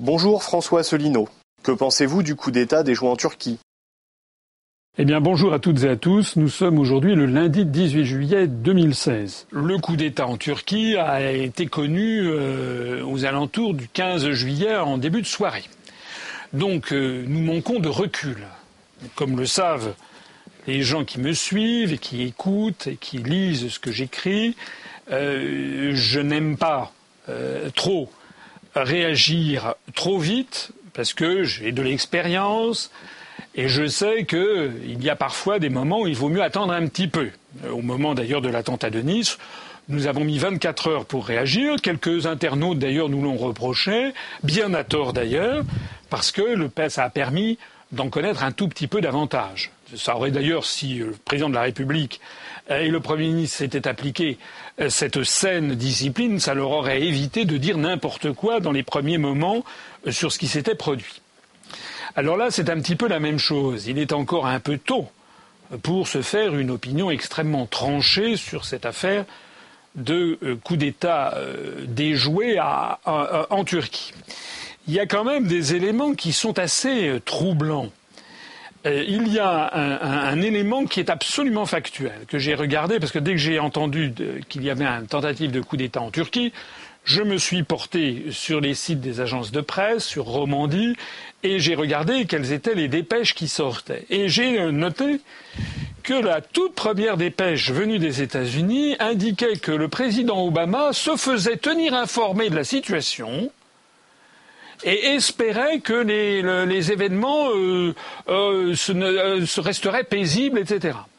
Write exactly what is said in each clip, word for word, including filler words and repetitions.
Bonjour François Asselineau. Que pensez-vous du coup d'État déjoué en Turquie ? Eh bien, bonjour à toutes et à tous. Nous sommes aujourd'hui le lundi dix-huit juillet deux mille seize. Le coup d'État en Turquie a été connu euh, aux alentours du quinze juillet en début de soirée. Donc, euh, nous manquons de recul. Comme le savent les gens qui me suivent et qui écoutent et qui lisent ce que j'écris, euh, je n'aime pas euh, trop réagir trop vite parce que j'ai de l'expérience. Et je sais qu'il y a parfois des moments où il vaut mieux attendre un petit peu. Au moment d'ailleurs de l'attentat de Nice, nous avons mis vingt-quatre heures pour réagir. Quelques internautes d'ailleurs nous l'ont reproché, bien à tort d'ailleurs, parce que le, ça a permis d'en connaître un tout petit peu davantage. Ça aurait d'ailleurs, si le président de la République et le Premier ministre s'étaient appliqués cette saine discipline, ça leur aurait évité de dire n'importe quoi dans les premiers moments sur ce qui s'était produit. Alors là, c'est un petit peu la même chose. Il est encore un peu tôt pour se faire une opinion extrêmement tranchée sur cette affaire de coup d'État déjoué à, à, à, en Turquie. Il y a quand même des éléments qui sont assez troublants. Il y a un, un, un élément qui est absolument factuel, que j'ai regardé, parce que dès que j'ai entendu de, qu'il y avait une tentative de coup d'État en Turquie, je me suis porté sur les sites des agences de presse, sur Romandie, et j'ai regardé quelles étaient les dépêches qui sortaient. Et j'ai noté que la toute première dépêche venue des États-Unis indiquait que le président Obama se faisait tenir informé de la situation et espérait que les, le, les événements euh, euh, se, euh, se resteraient paisibles, et cetera.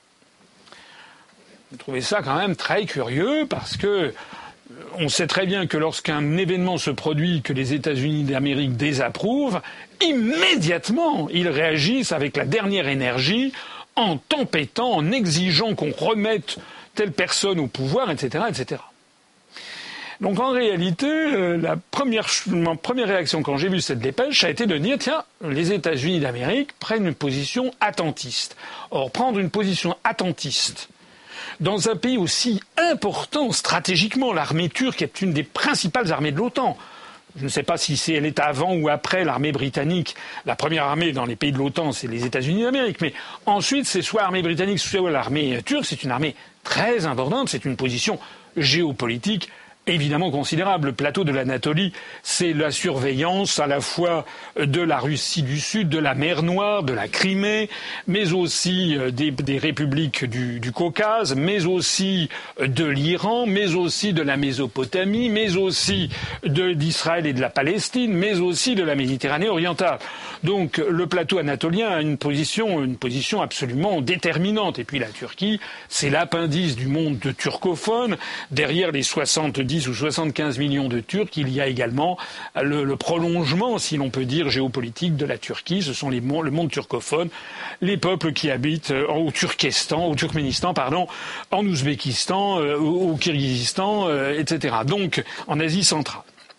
J'ai trouvé ça quand même très curieux parce que on sait très bien que lorsqu'un événement se produit que les États-Unis d'Amérique désapprouvent, immédiatement, ils réagissent avec la dernière énergie en tempêtant, en exigeant qu'on remette telle personne au pouvoir, et cetera, et cetera. Donc en réalité, euh, la première, ma première réaction quand j'ai vu cette dépêche a été de dire, tiens, les États-Unis d'Amérique prennent une position attentiste. Or, prendre une position attentiste dans un pays aussi important stratégiquement, l'armée turque est une des principales armées de l'OTAN. Je ne sais pas si c'est, elle est avant ou après l'armée britannique. La première armée dans les pays de l'OTAN, c'est les États-Unis d'Amérique. Mais ensuite, c'est soit l'armée britannique, soit l'armée turque. C'est une armée très importante. C'est une position géopolitique évidemment considérable. Le plateau de l'Anatolie, c'est la surveillance à la fois de la Russie du Sud, de la mer Noire, de la Crimée, mais aussi des, des républiques du, du Caucase, mais aussi de l'Iran, mais aussi de la Mésopotamie, mais aussi de, d'Israël et de la Palestine, mais aussi de la Méditerranée orientale. Donc le plateau anatolien a une position, une position absolument déterminante. Et puis la Turquie, c'est l'appendice du monde turcophone. Derrière les soixante-dix ou soixante-quinze millions de Turcs, il y a également le, le prolongement, si l'on peut dire, géopolitique de la Turquie. Ce sont les, le monde turcophone, les peuples qui habitent au Turkestan, au Turkménistan, pardon, en Ouzbékistan, au Kirghizistan, et cetera. Donc en Asie centrale.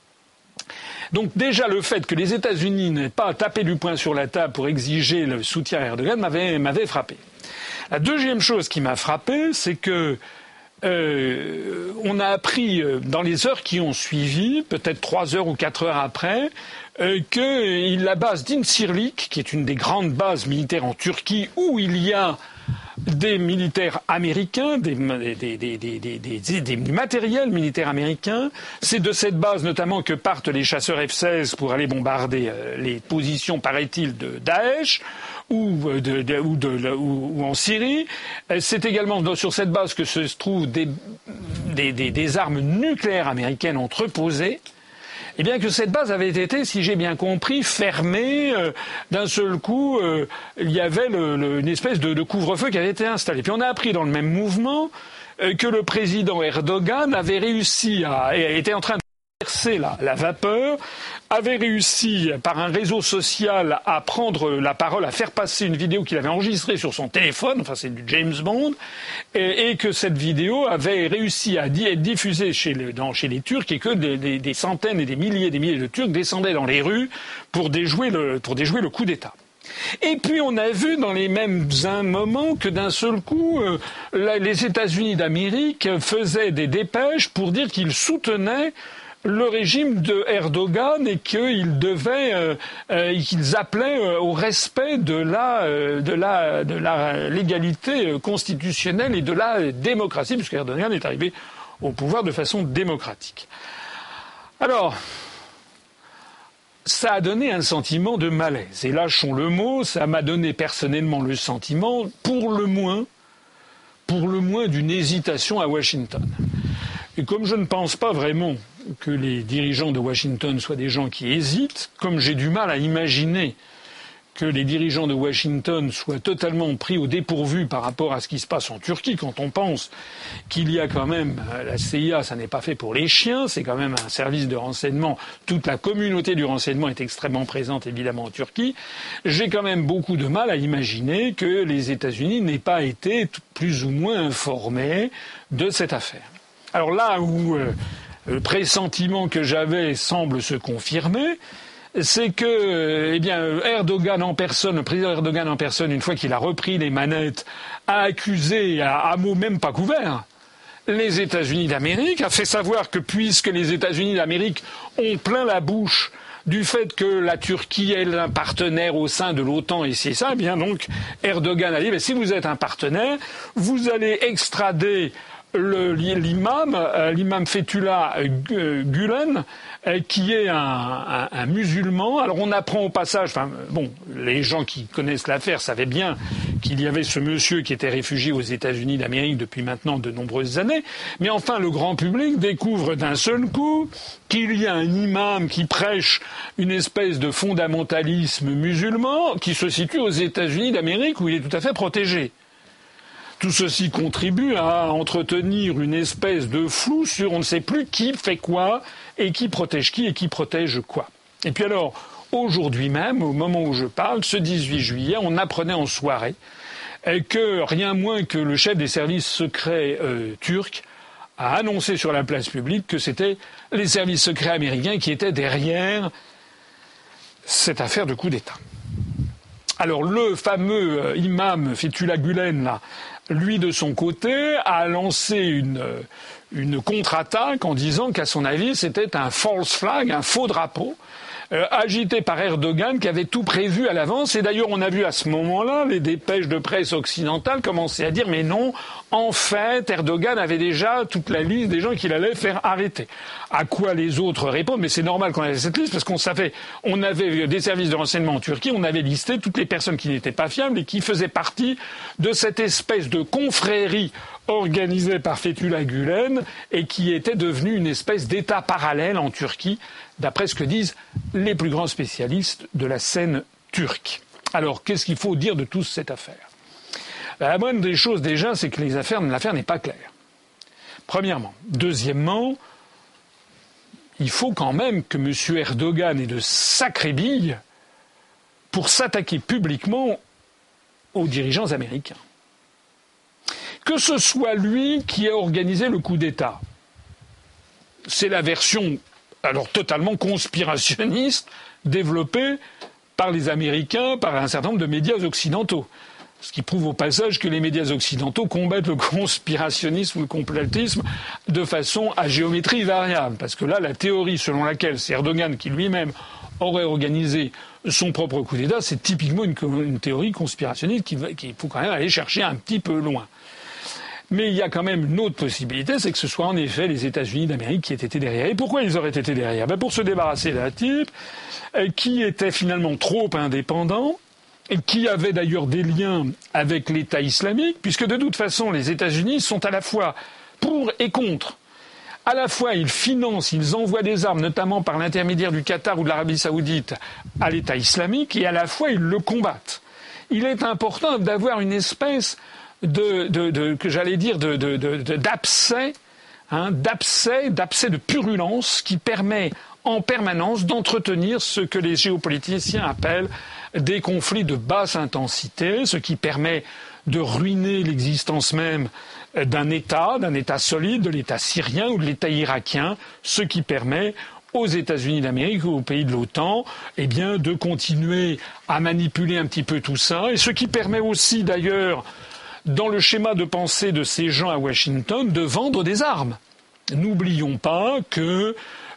Donc déjà le fait que les États-Unis n'aient pas tapé du poing sur la table pour exiger le soutien à Erdogan m'avait, m'avait frappé. La deuxième chose qui m'a frappé, c'est que Euh, on a appris euh, dans les heures qui ont suivi, peut-être trois heures ou quatre heures après, euh, que la base d'Incirlik, qui est une des grandes bases militaires en Turquie, où il y a des militaires américains, des, des, des, des, des, des, des, du matériel militaire américain. C'est de cette base notamment que partent les chasseurs F seize pour aller bombarder euh, les positions, paraît-il, de Daesh. Ou, de, de, ou, de, ou, ou en Syrie. C'est également sur cette base que se trouvent des, des, des, des armes nucléaires américaines entreposées. Eh bien que cette base avait été, si j'ai bien compris, fermée. Euh, d'un seul coup, euh, il y avait le, le, une espèce de, de couvre-feu qui avait été installé. Puis on a appris dans le même mouvement euh, que le président Erdogan avait réussi à... était en train de verser la, la vapeur, avait réussi par un réseau social à prendre la parole, à faire passer une vidéo qu'il avait enregistrée sur son téléphone, enfin c'est du James Bond, et, et que cette vidéo avait réussi à être diffusée chez, le, dans, chez les Turcs et que des, des, des centaines et des milliers et des milliers de Turcs descendaient dans les rues pour déjouer le, pour déjouer le coup d'État. Et puis on a vu dans les mêmes moments que d'un seul coup, euh, la, les États-Unis d'Amérique faisaient des dépêches pour dire qu'ils soutenaient le régime de Erdogan et qu'ils devaient, euh, euh, qu'ils appelaient euh, au respect de la, euh, de la, de la légalité constitutionnelle et de la démocratie, puisque Erdogan est arrivé au pouvoir de façon démocratique. Alors, ça a donné un sentiment de malaise. Et lâchons le mot, ça m'a donné personnellement le sentiment, pour le moins, pour le moins d'une hésitation à Washington. Et comme je ne pense pas vraiment que les dirigeants de Washington soient des gens qui hésitent, comme j'ai du mal à imaginer que les dirigeants de Washington soient totalement pris au dépourvu par rapport à ce qui se passe en Turquie, quand on pense qu'il y a quand même, la C I A, ça n'est pas fait pour les chiens, c'est quand même un service de renseignement, toute la communauté du renseignement est extrêmement présente évidemment en Turquie, j'ai quand même beaucoup de mal à imaginer que les États-Unis n'aient pas été plus ou moins informés de cette affaire. Alors là où euh, le pressentiment que j'avais semble se confirmer, c'est que, eh bien, Erdogan en personne, le président Erdogan en personne, une fois qu'il a repris les manettes, a accusé, à, à mots même pas couverts, les États-Unis d'Amérique, a fait savoir que puisque les États-Unis d'Amérique ont plein la bouche du fait que la Turquie est un partenaire au sein de l'OTAN et c'est ça, eh bien donc Erdogan a dit, mais si vous êtes un partenaire, vous allez extrader Le, l'imam, euh, l'imam Fethullah euh, Gülen, euh, qui est un, un, un musulman. Alors on apprend au passage, enfin bon, les gens qui connaissent l'affaire savaient bien qu'il y avait ce monsieur qui était réfugié aux États-Unis d'Amérique depuis maintenant de nombreuses années. Mais enfin, le grand public découvre d'un seul coup qu'il y a un imam qui prêche une espèce de fondamentalisme musulman qui se situe aux États-Unis d'Amérique où il est tout à fait protégé. Tout ceci contribue à entretenir une espèce de flou sur on ne sait plus qui fait quoi et qui protège qui et qui protège quoi. Et puis alors, aujourd'hui même, au moment où je parle, ce dix-huit juillet, on apprenait en soirée que rien moins que le chef des services secrets euh, turcs a annoncé sur la place publique que c'était les services secrets américains qui étaient derrière cette affaire de coup d'État. Alors le fameux euh, imam Fethullah Gülen, là, lui de son côté, a lancé une, une contre-attaque en disant qu'à son avis c'était un false flag, un faux drapeau, euh, agité par Erdogan qui avait tout prévu à l'avance. Et d'ailleurs on a vu à ce moment-là les dépêches de presse occidentales commencer à dire mais non, en fait Erdogan avait déjà toute la liste des gens qu'il allait faire arrêter. À quoi les autres répondent, mais c'est normal qu'on avait cette liste parce qu'on savait, on avait des services de renseignement en Turquie, on avait listé toutes les personnes qui n'étaient pas fiables et qui faisaient partie de cette espèce de confrérie organisée par Fethullah Gülen et qui était devenue une espèce d'État parallèle en Turquie, d'après ce que disent les plus grands spécialistes de la scène turque. Alors, qu'est-ce qu'il faut dire de toute cette affaire ? La moindre des choses déjà, c'est que les affaires, l'affaire n'est pas claire. Premièrement. Deuxièmement, il faut quand même que M. Erdogan ait de sacrées billes pour s'attaquer publiquement aux dirigeants américains. Que ce soit lui qui a organisé le coup d'État, c'est la version alors totalement conspirationniste développée par les Américains, par un certain nombre de médias occidentaux. Ce qui prouve au passage que les médias occidentaux combattent le conspirationnisme ou le complotisme de façon à géométrie variable. Parce que là, la théorie selon laquelle c'est Erdogan qui lui-même aurait organisé son propre coup d'État, c'est typiquement une, une théorie conspirationniste qu'il qui faut quand même aller chercher un petit peu loin. Mais il y a quand même une autre possibilité, c'est que ce soit en effet les États-Unis d'Amérique qui aient été derrière. Et pourquoi ils auraient été derrière ? Ben pour se débarrasser d'un type qui était finalement trop indépendant, et qui avait d'ailleurs des liens avec l'État islamique, puisque de toute façon les États-Unis sont à la fois pour et contre. À la fois ils financent, ils envoient des armes, notamment par l'intermédiaire du Qatar ou de l'Arabie Saoudite, à l'État islamique, et à la fois ils le combattent. Il est important d'avoir une espèce de, de, de que j'allais dire, de, de, de, de, d'abcès, hein, d'abcès, d'abcès de purulence qui permet en permanence d'entretenir ce que les géopoliticiens appellent des conflits de basse intensité, ce qui permet de ruiner l'existence même d'un État, d'un État solide, de l'État syrien ou de l'État irakien, ce qui permet aux États-Unis d'Amérique ou aux pays de l'OTAN, eh bien, de continuer à manipuler un petit peu tout ça, et ce qui permet aussi d'ailleurs, dans le schéma de pensée de ces gens à Washington, de vendre des armes. N'oublions pas que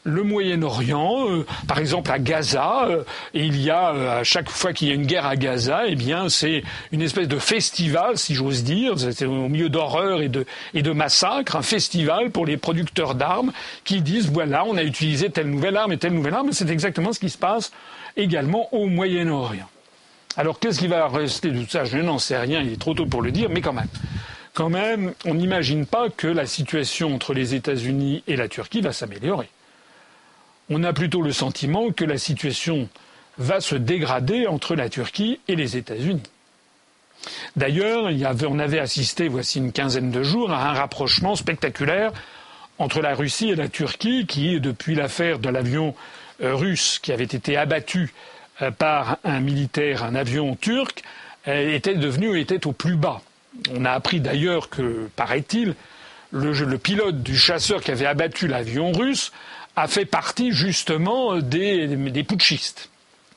le Moyen-Orient, euh, par exemple à Gaza, euh, il y a, euh, à chaque fois qu'il y a une guerre à Gaza, eh bien c'est une espèce de festival, si j'ose dire, c'est au milieu d'horreur et de, et de massacres, un festival pour les producteurs d'armes qui disent voilà, on a utilisé telle nouvelle arme et telle nouvelle arme, c'est exactement ce qui se passe également au Moyen-Orient. Alors qu'est-ce qui va rester de tout ça? Je n'en sais rien, il est trop tôt pour le dire, mais quand même. Quand même, on n'imagine pas que la situation entre les États-Unis et la Turquie va s'améliorer. On a plutôt le sentiment que la situation va se dégrader entre la Turquie et les États-Unis. D'ailleurs, il y avait, on avait assisté, voici une quinzaine de jours, à un rapprochement spectaculaire entre la Russie et la Turquie, qui, depuis l'affaire de l'avion euh, russe qui avait été abattu euh, par un militaire, un avion turc, euh, était devenu était au plus bas. On a appris d'ailleurs que, paraît-il, le, le pilote du chasseur qui avait abattu l'avion russe a fait partie justement des, des putschistes.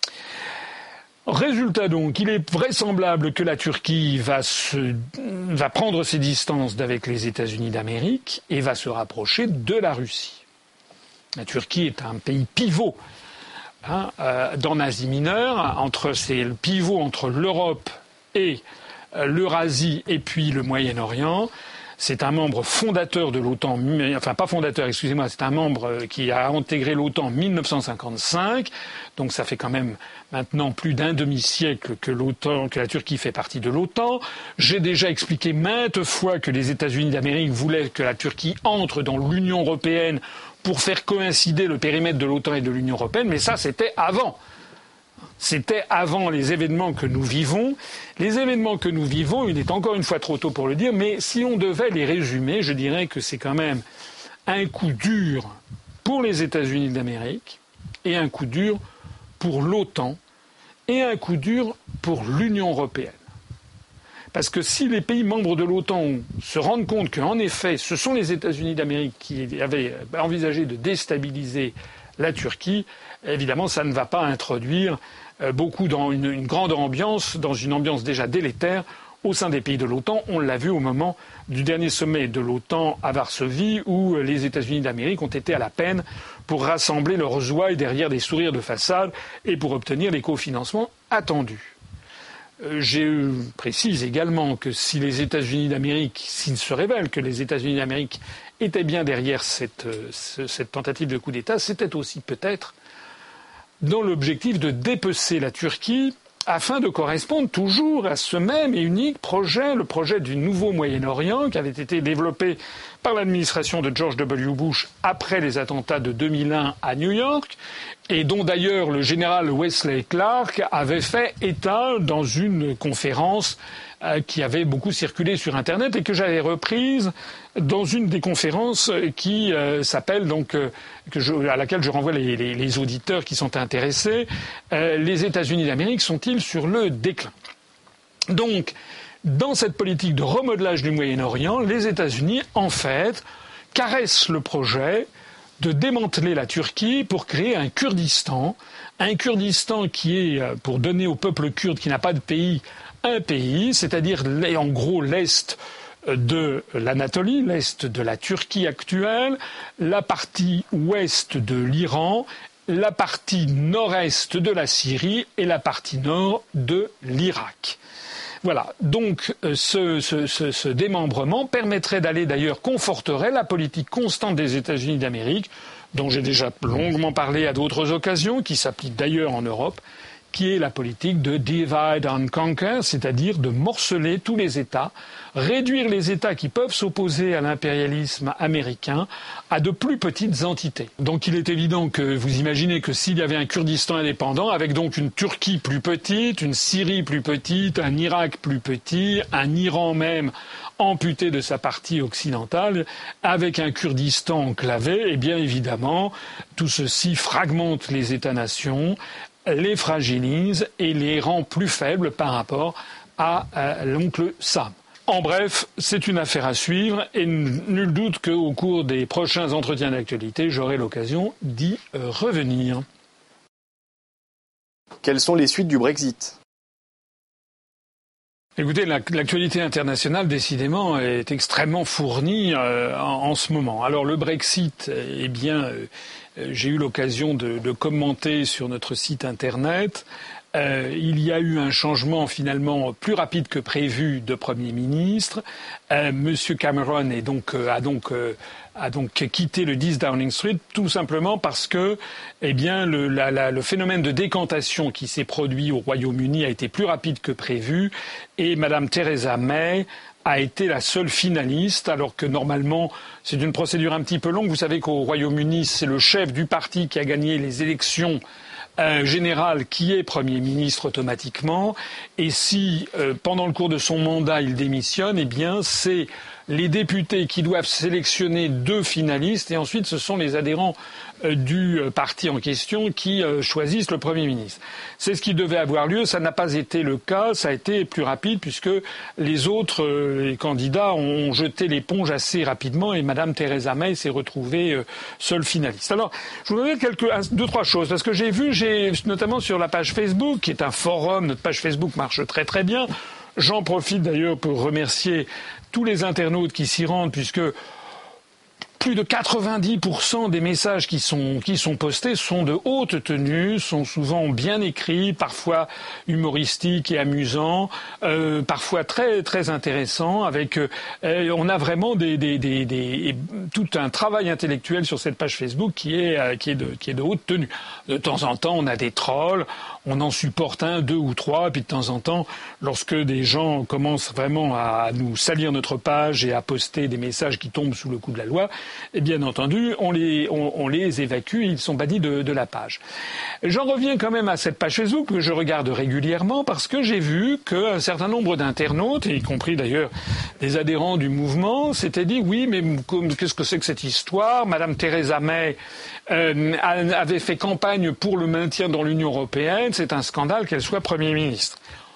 Résultat donc, il est vraisemblable que la Turquie va, se, va prendre ses distances d'avec les États-Unis d'Amérique et va se rapprocher de la Russie. La Turquie est un pays pivot hein, euh, dans l'Asie mineure, entre, c'est le pivot entre l'Europe et l'Eurasie et puis le Moyen-Orient. C'est un membre fondateur de l'OTAN, enfin pas fondateur, excusez-moi, c'est un membre qui a intégré l'OTAN en mille neuf cent cinquante-cinq. Donc ça fait quand même maintenant plus d'un demi-siècle que l'OTAN, que la Turquie fait partie de l'OTAN. J'ai déjà expliqué maintes fois que les États-Unis d'Amérique voulaient que la Turquie entre dans l'Union européenne pour faire coïncider le périmètre de l'OTAN et de l'Union européenne, mais ça c'était avant. C'était avant les événements que nous vivons. Les événements que nous vivons, il est encore une fois trop tôt pour le dire, mais si on devait les résumer, je dirais que c'est quand même un coup dur pour les États-Unis d'Amérique et un coup dur pour l'OTAN et un coup dur pour l'Union européenne. Parce que si les pays membres de l'OTAN se rendent compte qu'en effet, ce sont les États-Unis d'Amérique qui avaient envisagé de déstabiliser la Turquie, évidemment, ça ne va pas introduire beaucoup dans une, une grande ambiance, dans une ambiance déjà délétère au sein des pays de l'OTAN. On l'a vu au moment du dernier sommet de l'OTAN à Varsovie, où les États-Unis d'Amérique ont été à la peine pour rassembler leurs ouailles derrière des sourires de façade et pour obtenir les cofinancements attendus. Je précise également que si les États-Unis d'Amérique, s'il se révèle que les États-Unis d'Amérique étaient bien derrière cette, cette tentative de coup d'État, c'était aussi peut-être dans l'objectif de dépecer la Turquie afin de correspondre toujours à ce même et unique projet, le projet du nouveau Moyen-Orient qui avait été développé par l'administration de George W. Bush après les attentats de deux mille un à New York et dont d'ailleurs le général Wesley Clark avait fait état dans une conférence qui avait beaucoup circulé sur Internet et que j'avais reprise dans une des conférences qui euh, s'appelle donc euh, que je, à laquelle je renvoie les, les, les auditeurs qui sont intéressés. Euh, les États-Unis d'Amérique sont-ils sur le déclin? Donc, dans cette politique de remodelage du Moyen-Orient, les États-Unis, en fait, caressent le projet de démanteler la Turquie pour créer un Kurdistan, un Kurdistan qui est, pour donner au peuple kurde qui n'a pas de pays, un pays, c'est-à-dire en gros l'Est de l'Anatolie, l'Est de la Turquie actuelle, la partie ouest de l'Iran, la partie nord-est de la Syrie et la partie nord de l'Irak. Voilà, donc ce, ce, ce, ce démembrement permettrait d'aller d'ailleurs, conforterait la politique constante des États-Unis d'Amérique, dont j'ai déjà longuement parlé à d'autres occasions, qui s'applique d'ailleurs en Europe, qui est la politique de divide and conquer, c'est-à-dire de morceler tous les États, réduire les États qui peuvent s'opposer à l'impérialisme américain à de plus petites entités. Donc il est évident que vous imaginez que s'il y avait un Kurdistan indépendant, avec donc une Turquie plus petite, une Syrie plus petite, un Irak plus petit, un Iran même amputé de sa partie occidentale, avec un Kurdistan enclavé, et bien évidemment, tout ceci fragmente les États-nations, les fragilise et les rend plus faibles par rapport à euh, l'oncle Sam. En bref, c'est une affaire à suivre et nul doute qu'au cours des prochains entretiens d'actualité, j'aurai l'occasion d'y euh, revenir. Quelles sont les suites du Brexit ? Écoutez, l'actualité internationale, décidément, est extrêmement fournie euh, en, en ce moment. Alors, le Brexit, eh bien, euh, j'ai eu l'occasion de, de commenter sur notre site Internet. Euh, il y a eu un changement finalement plus rapide que prévu de Premier ministre. Euh, Monsieur Cameron est donc, euh, a donc euh, a donc quitté le dix Downing Street tout simplement parce que, eh bien, le, la, la, le phénomène de décantation qui s'est produit au Royaume-Uni a été plus rapide que prévu et Madame Theresa May a été la seule finaliste, alors que normalement c'est une procédure un petit peu longue. Vous savez qu'au Royaume-Uni, c'est le chef du parti qui a gagné les élections un général qui est Premier ministre automatiquement, et si euh, pendant le cours de son mandat il démissionne, eh bien c'est les députés qui doivent sélectionner deux finalistes et ensuite ce sont les adhérents euh, du euh, parti en question qui euh, choisissent le Premier ministre. C'est ce qui devait avoir lieu, ça n'a pas été le cas, ça a été plus rapide puisque les autres euh, les candidats ont jeté l'éponge assez rapidement et Madame Theresa May s'est retrouvée euh, seule finaliste. Alors, je voudrais dire quelques, deux, trois choses parce que j'ai vu, j'ai notamment sur la page Facebook, qui est un forum, notre page Facebook marche très très bien. J'en profite d'ailleurs pour remercier tous les internautes qui s'y rendent puisque plus de quatre-vingt-dix pour cent des messages qui sont, qui sont postés sont de haute tenue, sont souvent bien écrits, parfois humoristiques et amusants, euh, parfois très très intéressants. Avec, euh, on a vraiment des, des, des, des, tout un travail intellectuel sur cette page Facebook qui est, euh, qui est de, qui est de haute tenue. De temps en temps, on a des trolls. On en supporte un, deux ou trois, et puis de temps en temps, lorsque des gens commencent vraiment à nous salir notre page et à poster des messages qui tombent sous le coup de la loi, et bien entendu, on les, on, on les évacue, ils sont bannis de, de la page. J'en reviens quand même à cette page Facebook que je regarde régulièrement parce que j'ai vu qu'un certain nombre d'internautes, y compris d'ailleurs des adhérents du mouvement, s'étaient dit oui, mais qu'est-ce que c'est que cette histoire ? Madame Theresa May euh, avait fait campagne pour le maintien dans l'Union européenne. C'est un scandale qu'elle soit Premier ministre.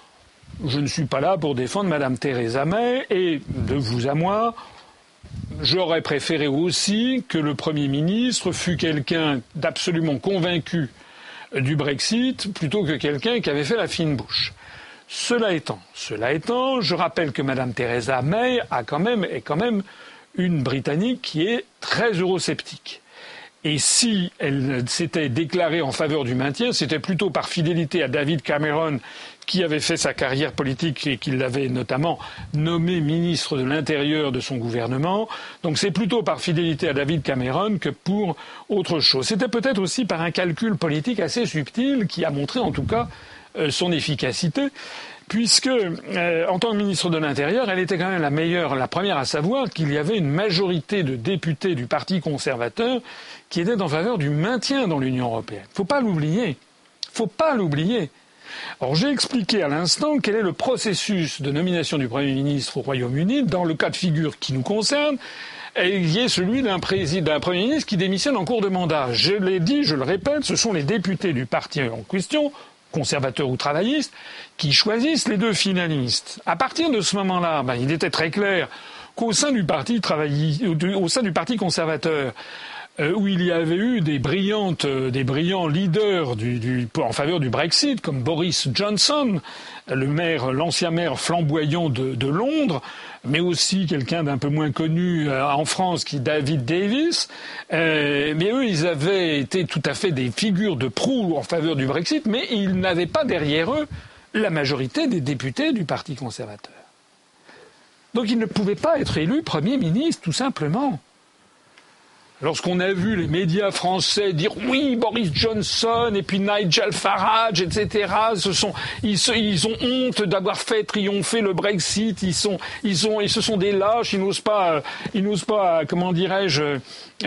Je ne suis pas là pour défendre Madame Theresa May et, de vous à moi, j'aurais préféré aussi que le Premier ministre fût quelqu'un d'absolument convaincu du Brexit plutôt que quelqu'un qui avait fait la fine bouche. Cela étant, cela étant, je rappelle que Madame Theresa May a quand même, est quand même une Britannique qui est très eurosceptique. Et si elle s'était déclarée en faveur du maintien, c'était plutôt par fidélité à David Cameron, qui avait fait sa carrière politique et qui l'avait notamment nommé ministre de l'Intérieur de son gouvernement. Donc c'est plutôt par fidélité à David Cameron que pour autre chose. C'était peut-être aussi par un calcul politique assez subtil qui a montré en tout cas euh, son efficacité. Puisque, euh, en tant que ministre de l'Intérieur, elle était quand même la meilleure, la première à savoir qu'il y avait une majorité de députés du Parti conservateur qui étaient en faveur du maintien dans l'Union européenne. Faut pas l'oublier. Faut pas l'oublier. Alors, j'ai expliqué à l'instant quel est le processus de nomination du Premier ministre au Royaume-Uni dans le cas de figure qui nous concerne, et qui est celui d'un président, d'un Premier ministre qui démissionne en cours de mandat. Je l'ai dit, je le répète, ce sont les députés du parti en question, conservateurs ou travaillistes, qui choisissent les deux finalistes. À partir de ce moment-là, ben, il était très clair qu'au sein du parti travailliste, au sein du parti conservateur, euh, où il y avait eu des brillantes, euh, des brillants leaders du, du, en faveur du Brexit, comme Boris Johnson, le maire, l'ancien maire flamboyant de, de Londres, mais aussi quelqu'un d'un peu moins connu euh, en France, qui est David Davis. Euh, mais eux, ils avaient été tout à fait des figures de proue en faveur du Brexit, mais ils n'avaient pas derrière eux la majorité des députés du Parti conservateur. Donc ils ne pouvaient pas être élus Premier ministre, tout simplement. Lorsqu'on a vu les médias français dire oui, Boris Johnson et puis Nigel Farage, et cetera, ce sont, ils, se, ils ont honte d'avoir fait triompher le Brexit. Ils sont, ils ont, ils se sont des lâches. Ils n'osent pas, ils n'osent pas, comment dirais-je,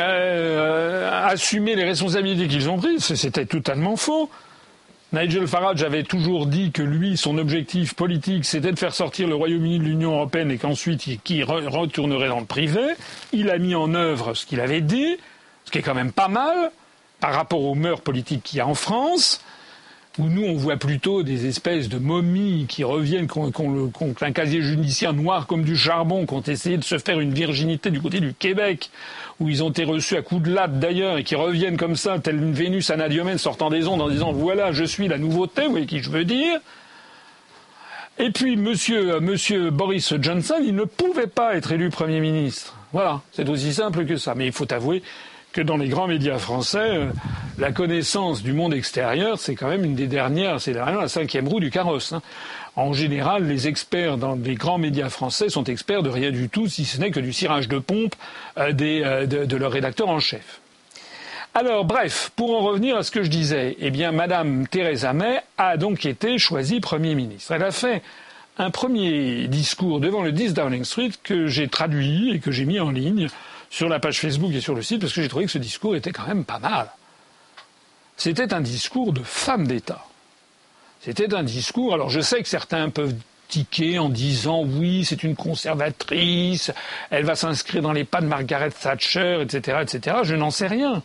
euh, assumer les responsabilités qu'ils ont prises. C'était totalement faux. Nigel Farage avait toujours dit que lui, son objectif politique, c'était de faire sortir le Royaume-Uni de l'Union européenne et qu'ensuite il, qu'il retournerait dans le privé. Il a mis en œuvre ce qu'il avait dit, ce qui est quand même pas mal par rapport aux mœurs politiques qu'il y a en France, où nous on voit plutôt des espèces de momies qui reviennent, qui ont, qui ont, qui ont un casier judiciaire noir comme du charbon, qui ont essayé de se faire une virginité du côté du Québec, où ils ont été reçus à coups de latte d'ailleurs, et qui reviennent comme ça, telle une Vénus anadyomène sortant des ondes en disant « Voilà, je suis la nouveauté », vous voyez qui je veux dire. Et puis, monsieur, monsieur Boris Johnson, il ne pouvait pas être élu Premier ministre. Voilà, c'est aussi simple que ça. Mais il faut avouer que dans les grands médias français, euh, la connaissance du monde extérieur, c'est quand même une des dernières, c'est vraiment la cinquième roue du carrosse. Hein. En général, les experts dans les grands médias français sont experts de rien du tout, si ce n'est que du cirage de pompe euh, des, euh, de, de leur rédacteur en chef. Alors, bref, pour en revenir à ce que je disais, eh bien, Madame Theresa May a donc été choisie Premier ministre. Elle a fait un premier discours devant le dix Downing Street que j'ai traduit et que j'ai mis en ligne sur la page Facebook et sur le site parce que j'ai trouvé que ce discours était quand même pas mal. C'était un discours de femme d'État. C'était un discours... Alors, je sais que certains peuvent tiquer en disant « oui, c'est une conservatrice, elle va s'inscrire dans les pas de Margaret Thatcher, et cetera, et cetera » Je n'en sais rien.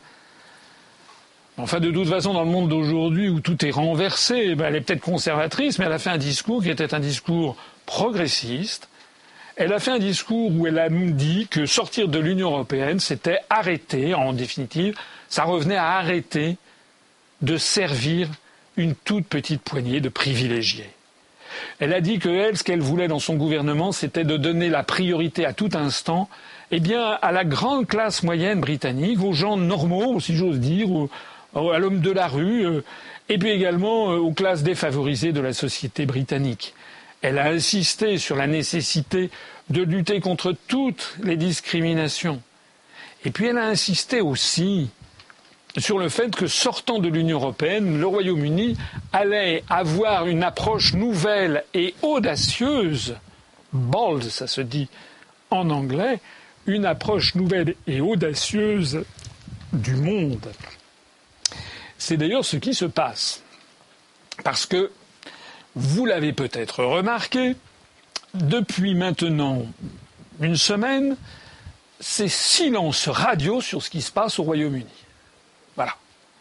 Enfin, de toute façon, dans le monde d'aujourd'hui où tout est renversé, ben, elle est peut-être conservatrice, mais elle a fait un discours qui était un discours progressiste. Elle a fait un discours où elle a dit que sortir de l'Union européenne, c'était arrêter, en définitive, ça revenait à arrêter de servir une toute petite poignée de privilégiés. Elle a dit que elle, ce qu'elle voulait dans son gouvernement, c'était de donner la priorité à tout instant, eh bien, à la grande classe moyenne britannique, aux gens normaux, si j'ose dire, aux, à l'homme de la rue, euh, et puis également euh, aux classes défavorisées de la société britannique. Elle a insisté sur la nécessité de lutter contre toutes les discriminations. Et puis elle a insisté aussi sur le fait que, sortant de l'Union européenne, le Royaume-Uni allait avoir une approche nouvelle et audacieuse, bold, ça se dit en anglais, une approche nouvelle et audacieuse du monde. C'est d'ailleurs ce qui se passe. Parce que, vous l'avez peut-être remarqué, depuis maintenant une semaine, c'est silence radio sur ce qui se passe au Royaume-Uni. Voilà.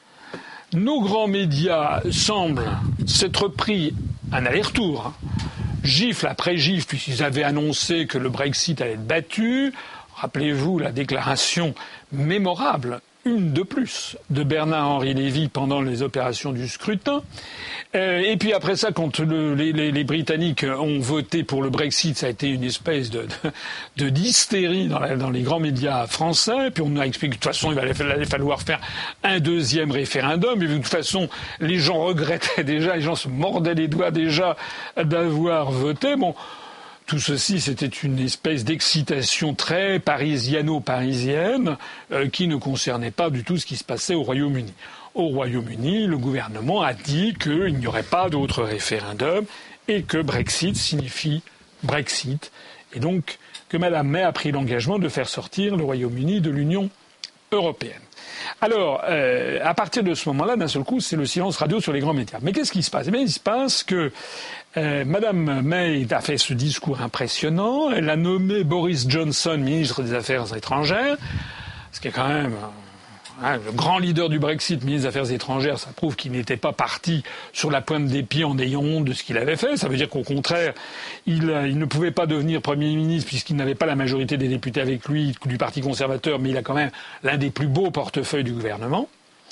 Nos grands médias semblent s'être pris un aller-retour, hein. Gifle après gifle, puisqu'ils avaient annoncé que le Brexit allait être battu. Rappelez-vous la déclaration mémorable, une de plus, de Bernard-Henri Lévy pendant les opérations du scrutin. Euh, et puis après ça, quand le, les, les, les Britanniques ont voté pour le Brexit, ça a été une espèce de, de, de d'hystérie dans, la, dans les grands médias français. Puis on a expliqué que de toute façon, il allait, il allait falloir faire un deuxième référendum. Et de toute façon, les gens regrettaient déjà, les gens se mordaient les doigts déjà d'avoir voté. Bon, tout ceci, c'était une espèce d'excitation très parisiano-parisienne euh, qui ne concernait pas du tout ce qui se passait au Royaume-Uni. Au Royaume-Uni, le gouvernement a dit qu'il n'y aurait pas d'autre référendum et que Brexit signifie Brexit. Et donc que Mme May a pris l'engagement de faire sortir le Royaume-Uni de l'Union européenne. Alors, euh, à partir de ce moment-là, d'un seul coup, c'est le silence radio sur les grands médias. Mais qu'est-ce qui se passe ? Eh bien, il se passe que euh, Mme May a fait ce discours impressionnant. Elle a nommé Boris Johnson ministre des Affaires étrangères, ce qui est quand même... Hein, le grand leader du Brexit, ministre des Affaires étrangères, ça prouve qu'il n'était pas parti sur la pointe des pieds en ayant honte de ce qu'il avait fait. Ça veut dire qu'au contraire, il, il ne pouvait pas devenir Premier ministre puisqu'il n'avait pas la majorité des députés avec lui du Parti conservateur, mais il a quand même l'un des plus beaux portefeuilles du gouvernement.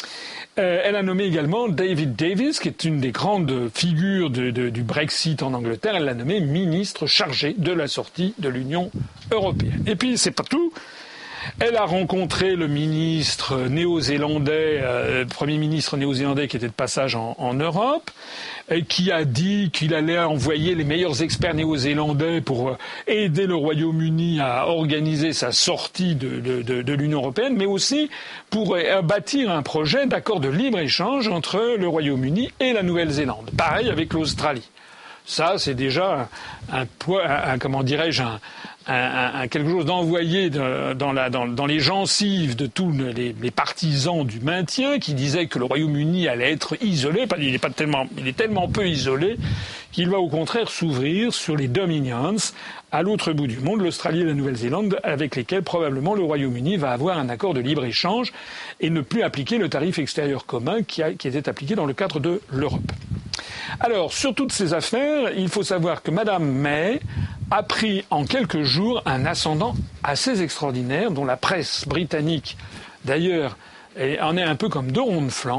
Euh, elle a nommé également David Davis, qui est une des grandes figures de, de, du Brexit en Angleterre. Elle l'a nommé ministre chargé de la sortie de l'Union européenne. Et puis, c'est pas tout. Elle a rencontré le ministre néo-zélandais, euh, Premier ministre néo-zélandais qui était de passage en, en Europe, et qui a dit qu'il allait envoyer les meilleurs experts néo-zélandais pour aider le Royaume-Uni à organiser sa sortie de, de, de, de l'Union européenne, mais aussi pour bâtir un projet d'accord de libre-échange entre le Royaume-Uni et la Nouvelle-Zélande. Pareil avec l'Australie. Ça, c'est déjà un, un, un comment dirais-je, un, un, un quelque chose d'envoyé de, dans, la, dans, dans les gencives de tous les, les partisans du maintien qui disaient que le Royaume-Uni allait être isolé. Il est, pas tellement, il est tellement peu isolé qu'il va au contraire s'ouvrir sur les Dominions à l'autre bout du monde, l'Australie et la Nouvelle-Zélande, avec lesquels probablement le Royaume-Uni va avoir un accord de libre-échange et ne plus appliquer le tarif extérieur commun qui, a, qui était appliqué dans le cadre de l'Europe. Alors, sur toutes ces affaires, il faut savoir que Mme May a pris en quelques jours un ascendant assez extraordinaire, dont la presse britannique, d'ailleurs, en est un peu comme deux ronds de flanc,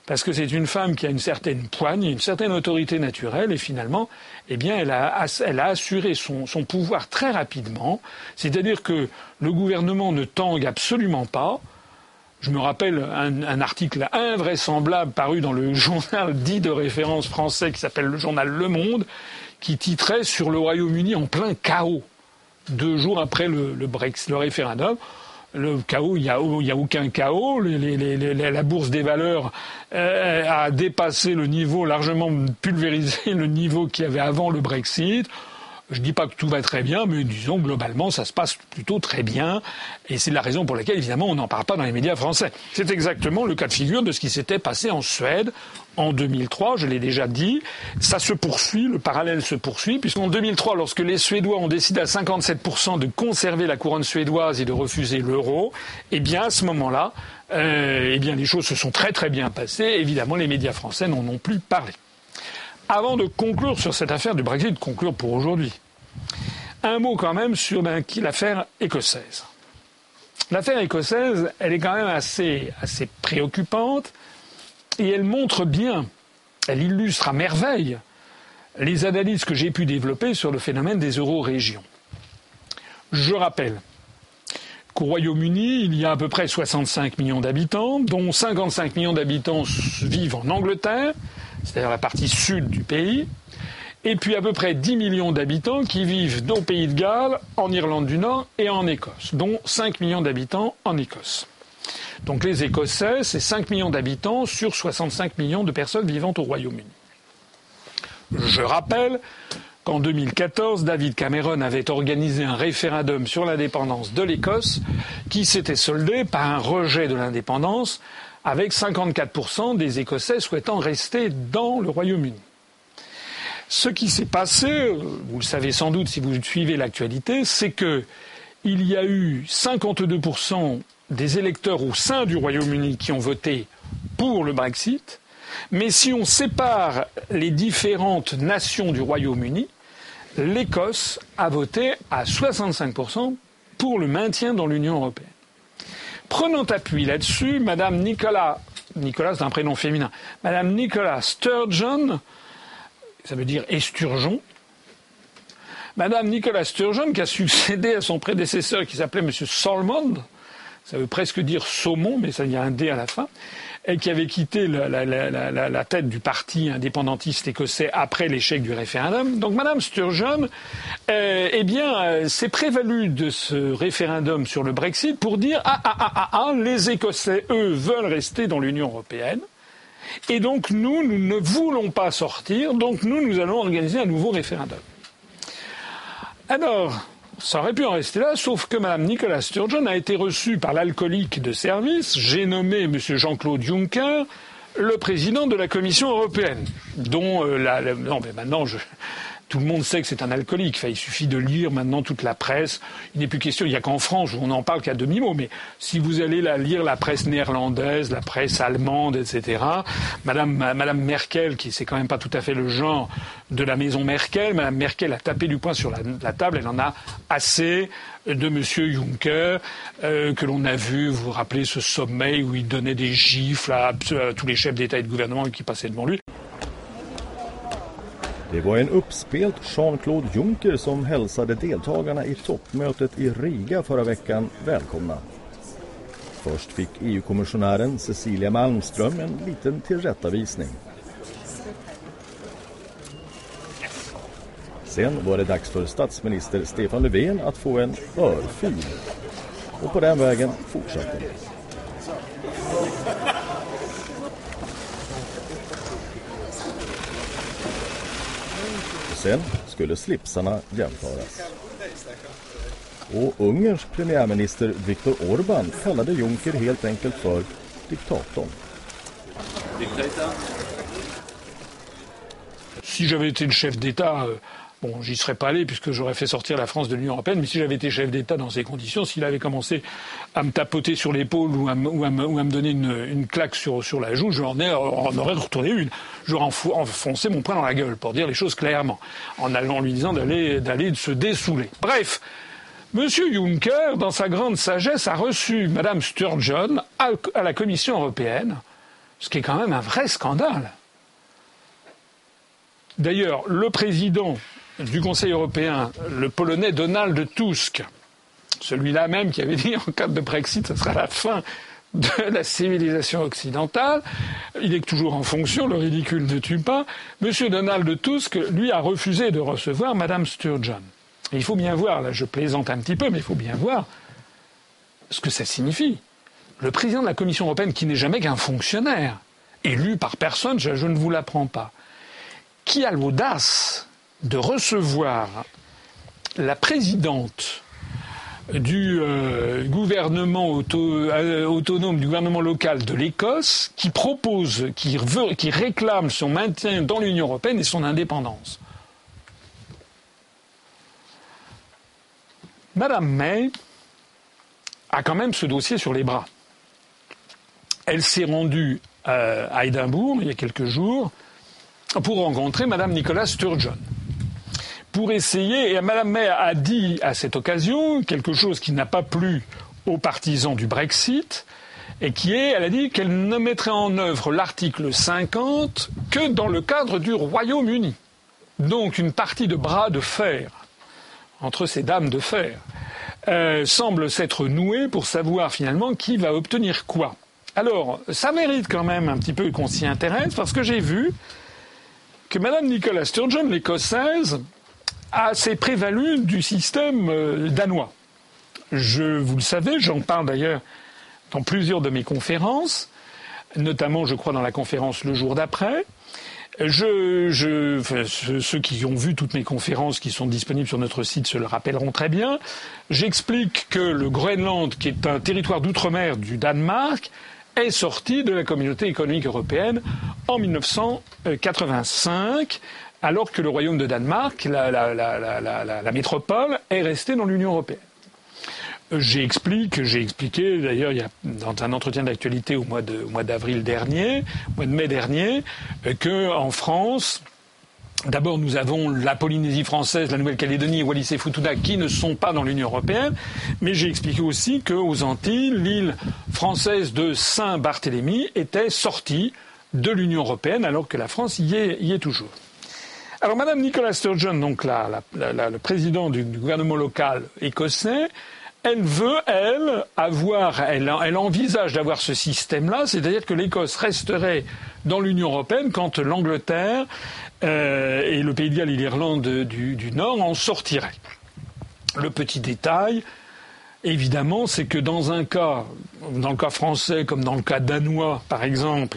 parce que c'est une femme qui a une certaine poigne, une certaine autorité naturelle, et finalement, eh bien, elle a, elle a assuré son, son pouvoir très rapidement. C'est-à-dire que le gouvernement ne tangue absolument pas. Je me rappelle un, un article invraisemblable paru dans le journal dit de référence français qui s'appelle le journal Le Monde, qui titrait sur le Royaume-Uni en plein chaos, deux jours après le, le Brexit, le référendum. Le chaos, il n'y a, il y a aucun chaos. Les, les, les, la bourse des valeurs euh, a dépassé le niveau, largement pulvérisé le niveau qu'il y avait avant le Brexit. Je ne dis pas que tout va très bien, mais disons globalement, ça se passe plutôt très bien. Et c'est la raison pour laquelle, évidemment, on n'en parle pas dans les médias français. C'est exactement le cas de figure de ce qui s'était passé en Suède en deux mille trois, je l'ai déjà dit. Ça se poursuit, le parallèle se poursuit, puisqu'en deux mille trois, lorsque les Suédois ont décidé à cinquante-sept pour cent de conserver la couronne suédoise et de refuser l'euro, eh bien, à ce moment-là, euh, eh bien, les choses se sont très très bien passées. Évidemment, les médias français n'en ont plus parlé. Avant de conclure sur cette affaire du Brexit, de conclure pour aujourd'hui, un mot quand même sur l'affaire écossaise. L'affaire écossaise, elle est quand même assez, assez préoccupante et elle montre bien, elle illustre à merveille les analyses que j'ai pu développer sur le phénomène des euro-régions. Je rappelle qu'au Royaume-Uni, il y a à peu près soixante-cinq millions d'habitants, dont cinquante-cinq millions d'habitants vivent en Angleterre, c'est-à-dire la partie sud du pays, et puis à peu près dix millions d'habitants qui vivent au Pays de Galles, en Irlande du Nord et en Écosse, dont cinq millions d'habitants en Écosse. Donc les Écossais, c'est cinq millions d'habitants sur soixante-cinq millions de personnes vivant au Royaume-Uni. Je rappelle qu'en deux mille quatorze, David Cameron avait organisé un référendum sur l'indépendance de l'Écosse qui s'était soldé par un rejet de l'indépendance avec cinquante-quatre pour cent des Écossais souhaitant rester dans le Royaume-Uni. Ce qui s'est passé, vous le savez sans doute si vous suivez l'actualité, c'est que il y a eu cinquante-deux pour cent des électeurs au sein du Royaume-Uni qui ont voté pour le Brexit, mais si on sépare les différentes nations du Royaume-Uni, l'Écosse a voté à soixante-cinq pour cent pour le maintien dans l'Union européenne. Prenant appui là-dessus, Madame Nicola, Nicolas c'est un prénom féminin, Madame Nicola Sturgeon, ça veut dire esturgeon, Madame Nicola Sturgeon qui a succédé à son prédécesseur qui s'appelait Monsieur Salmond, ça veut presque dire saumon, mais ça y a un D à la fin, et qui avait quitté la, la, la, la, la tête du parti indépendantiste écossais après l'échec du référendum. Donc Madame Sturgeon, euh, eh bien, euh, s'est prévalue de ce référendum sur le Brexit pour dire ah ah ah ah ah, les Écossais eux veulent rester dans l'Union européenne, et donc nous nous ne voulons pas sortir, donc nous nous allons organiser un nouveau référendum. Alors, ça aurait pu en rester là, sauf que Mme Nicola Sturgeon a été reçue par l'alcoolique de service, j'ai nommé M. Jean-Claude Juncker, le président de la Commission européenne, dont euh, la, la, non mais maintenant je, tout le monde sait que c'est un alcoolique. Enfin, il suffit de lire maintenant toute la presse. Il n'est plus question, il n'y a qu'en France où on n'en parle qu'à demi-mot. Mais si vous allez la, lire la presse néerlandaise, la presse allemande, et cetera, Madame, Madame Merkel, qui c'est quand même pas tout à fait le genre de la maison Merkel, Madame Merkel a tapé du poing sur la, la table. Elle en a assez de Monsieur Juncker, euh, que l'on a vu, vous vous rappelez ce sommet où il donnait des gifles à, à tous les chefs d'État et de gouvernement qui passaient devant lui. Det var en uppspelt Jean-Claude Juncker som hälsade deltagarna i toppmötet i Riga förra veckan välkomna. Först fick E U-kommissionären Cecilia Malmström en liten tillrättavisning. Sen var det dags för statsminister Stefan Löfven att få en örfil. Och på den vägen fortsatte det. Sen skulle slipsarna jämföras. Och Ungerns premiärminister Viktor Orbán kallade Juncker helt enkelt för diktatorn. Si j'avais été le chef d'État, euh, bon, j'y serais pas allé puisque j'aurais fait sortir la France de l'Union européenne, mais si j'avais été chef d'État dans ces conditions, s'il avait commencé à me tapoter sur l'épaule ou à me, ou à me, ou à me donner une, une claque sur, sur la joue, j'en ai, en aurais retourné une. J'aurais enfoncé mon poing dans la gueule, pour dire les choses clairement, en allant lui disant d'aller, d'aller se dessouler. Bref, Monsieur Juncker, dans sa grande sagesse, a reçu Madame Sturgeon à, à la Commission européenne, Ce qui est quand même un vrai scandale. D'ailleurs, le président du Conseil européen, le Polonais Donald Tusk, celui-là même qui avait dit en cas de Brexit, ce sera la fin de la civilisation occidentale, il est toujours en fonction, le ridicule ne tue pas. Monsieur Donald Tusk, lui, a refusé de recevoir Madame Sturgeon. Et il faut bien voir, là je plaisante un petit peu, mais il faut bien voir ce que ça signifie. Le président de la Commission européenne, qui n'est jamais qu'un fonctionnaire, élu par personne, je, je ne vous l'apprends pas, qui a l'audace de recevoir la présidente du euh, gouvernement auto, euh, autonome, du gouvernement local de l'Écosse, qui propose, qui, veut, qui réclame son maintien dans l'Union européenne et son indépendance. Madame May a quand même ce dossier sur les bras. Elle s'est rendue euh, à Édimbourg il y a quelques jours pour rencontrer Madame Nicola Sturgeon. Pour essayer, et Mme May a dit à cette occasion quelque chose qui n'a pas plu aux partisans du Brexit, et qui est, elle a dit qu'elle ne mettrait en œuvre l'article cinquante que dans le cadre du Royaume-Uni. Donc une partie de bras de fer entre ces dames de fer euh, semble s'être nouée pour savoir finalement qui va obtenir quoi. Alors, ça mérite quand même un petit peu qu'on s'y intéresse, parce que j'ai vu que Mme Nicola Sturgeon, l'Écossaise, a s'est prévalue du système euh, danois. Je, vous le savez, j'en parle d'ailleurs dans plusieurs de mes conférences, notamment, je crois, dans la conférence le jour d'après. Je, je, enfin, ceux qui ont vu toutes mes conférences qui sont disponibles sur notre site se le rappelleront très bien. J'explique que le Groenland, qui est un territoire d'outre-mer du Danemark, est sorti de la Communauté économique européenne en mille neuf cent quatre-vingt-cinq, alors que le Royaume de Danemark, la, la, la, la, la, la métropole, est restée dans l'Union européenne. J'explique, j'ai expliqué d'ailleurs il y a, dans un entretien d'actualité au mois de, au mois d'avril dernier, au mois de mai dernier, que en France, d'abord nous avons la Polynésie française, la Nouvelle-Calédonie, Wallis et Futuna qui ne sont pas dans l'Union européenne, mais j'ai expliqué aussi qu'aux Antilles, l'île française de Saint-Barthélemy était sortie de l'Union européenne alors que la France y est, y est toujours. Alors Madame Nicola Sturgeon, donc la, la, la, le président du, du gouvernement local écossais, elle veut, elle, avoir, elle, elle envisage d'avoir ce système-là, c'est-à-dire que l'Écosse resterait dans l'Union européenne quand l'Angleterre euh, et le Pays de Galles et l'Irlande du, du Nord en sortiraient. Le petit détail, évidemment, c'est que dans un cas, dans le cas français comme dans le cas danois, par exemple,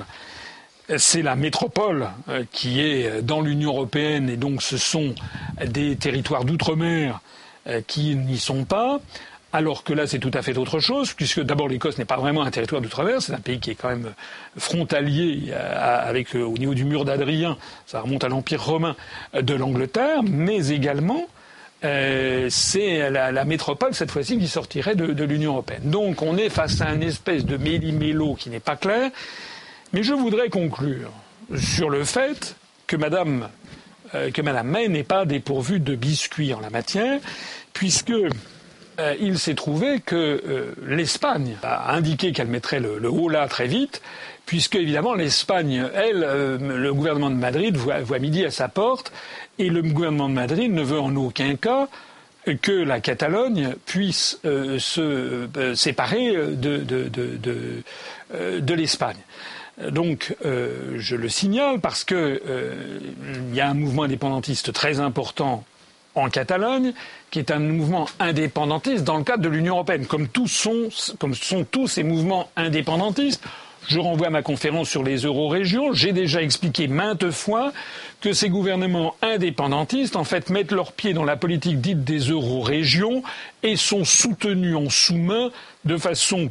c'est la métropole qui est dans l'Union européenne et donc ce sont des territoires d'outre-mer qui n'y sont pas. Alors que là, c'est tout à fait autre chose, puisque d'abord l'Écosse n'est pas vraiment un territoire d'outre-mer, c'est un pays qui est quand même frontalier avec, au niveau du mur d'Adrien, ça remonte à l'Empire romain de l'Angleterre, mais également euh, c'est la, la métropole, cette fois-ci, qui sortirait de, de l'Union européenne. Donc on est face à une espèce de méli-mélo qui n'est pas clair, mais je voudrais conclure sur le fait que Madame, euh, que Madame May n'est pas dépourvue de biscuits en la matière, puisque Euh, il s'est trouvé que euh, l'Espagne a indiqué qu'elle mettrait le, le haut là très vite, puisque évidemment l'Espagne, elle, euh, le gouvernement de Madrid voit, voit midi à sa porte, et le gouvernement de Madrid ne veut en aucun cas que la Catalogne puisse euh, se euh, séparer de, de, de, de, euh, de l'Espagne. Donc, euh, je le signale parce que euh, il y a un mouvement indépendantiste très important en Catalogne, qui est un mouvement indépendantiste dans le cadre de l'Union européenne, comme tous sont, comme sont tous ces mouvements indépendantistes. Je renvoie à ma conférence sur les euro-régions. J'ai déjà expliqué maintes fois que ces gouvernements indépendantistes, en fait, mettent leurs pieds dans la politique dite des euro-régions et sont soutenus en sous-main de façon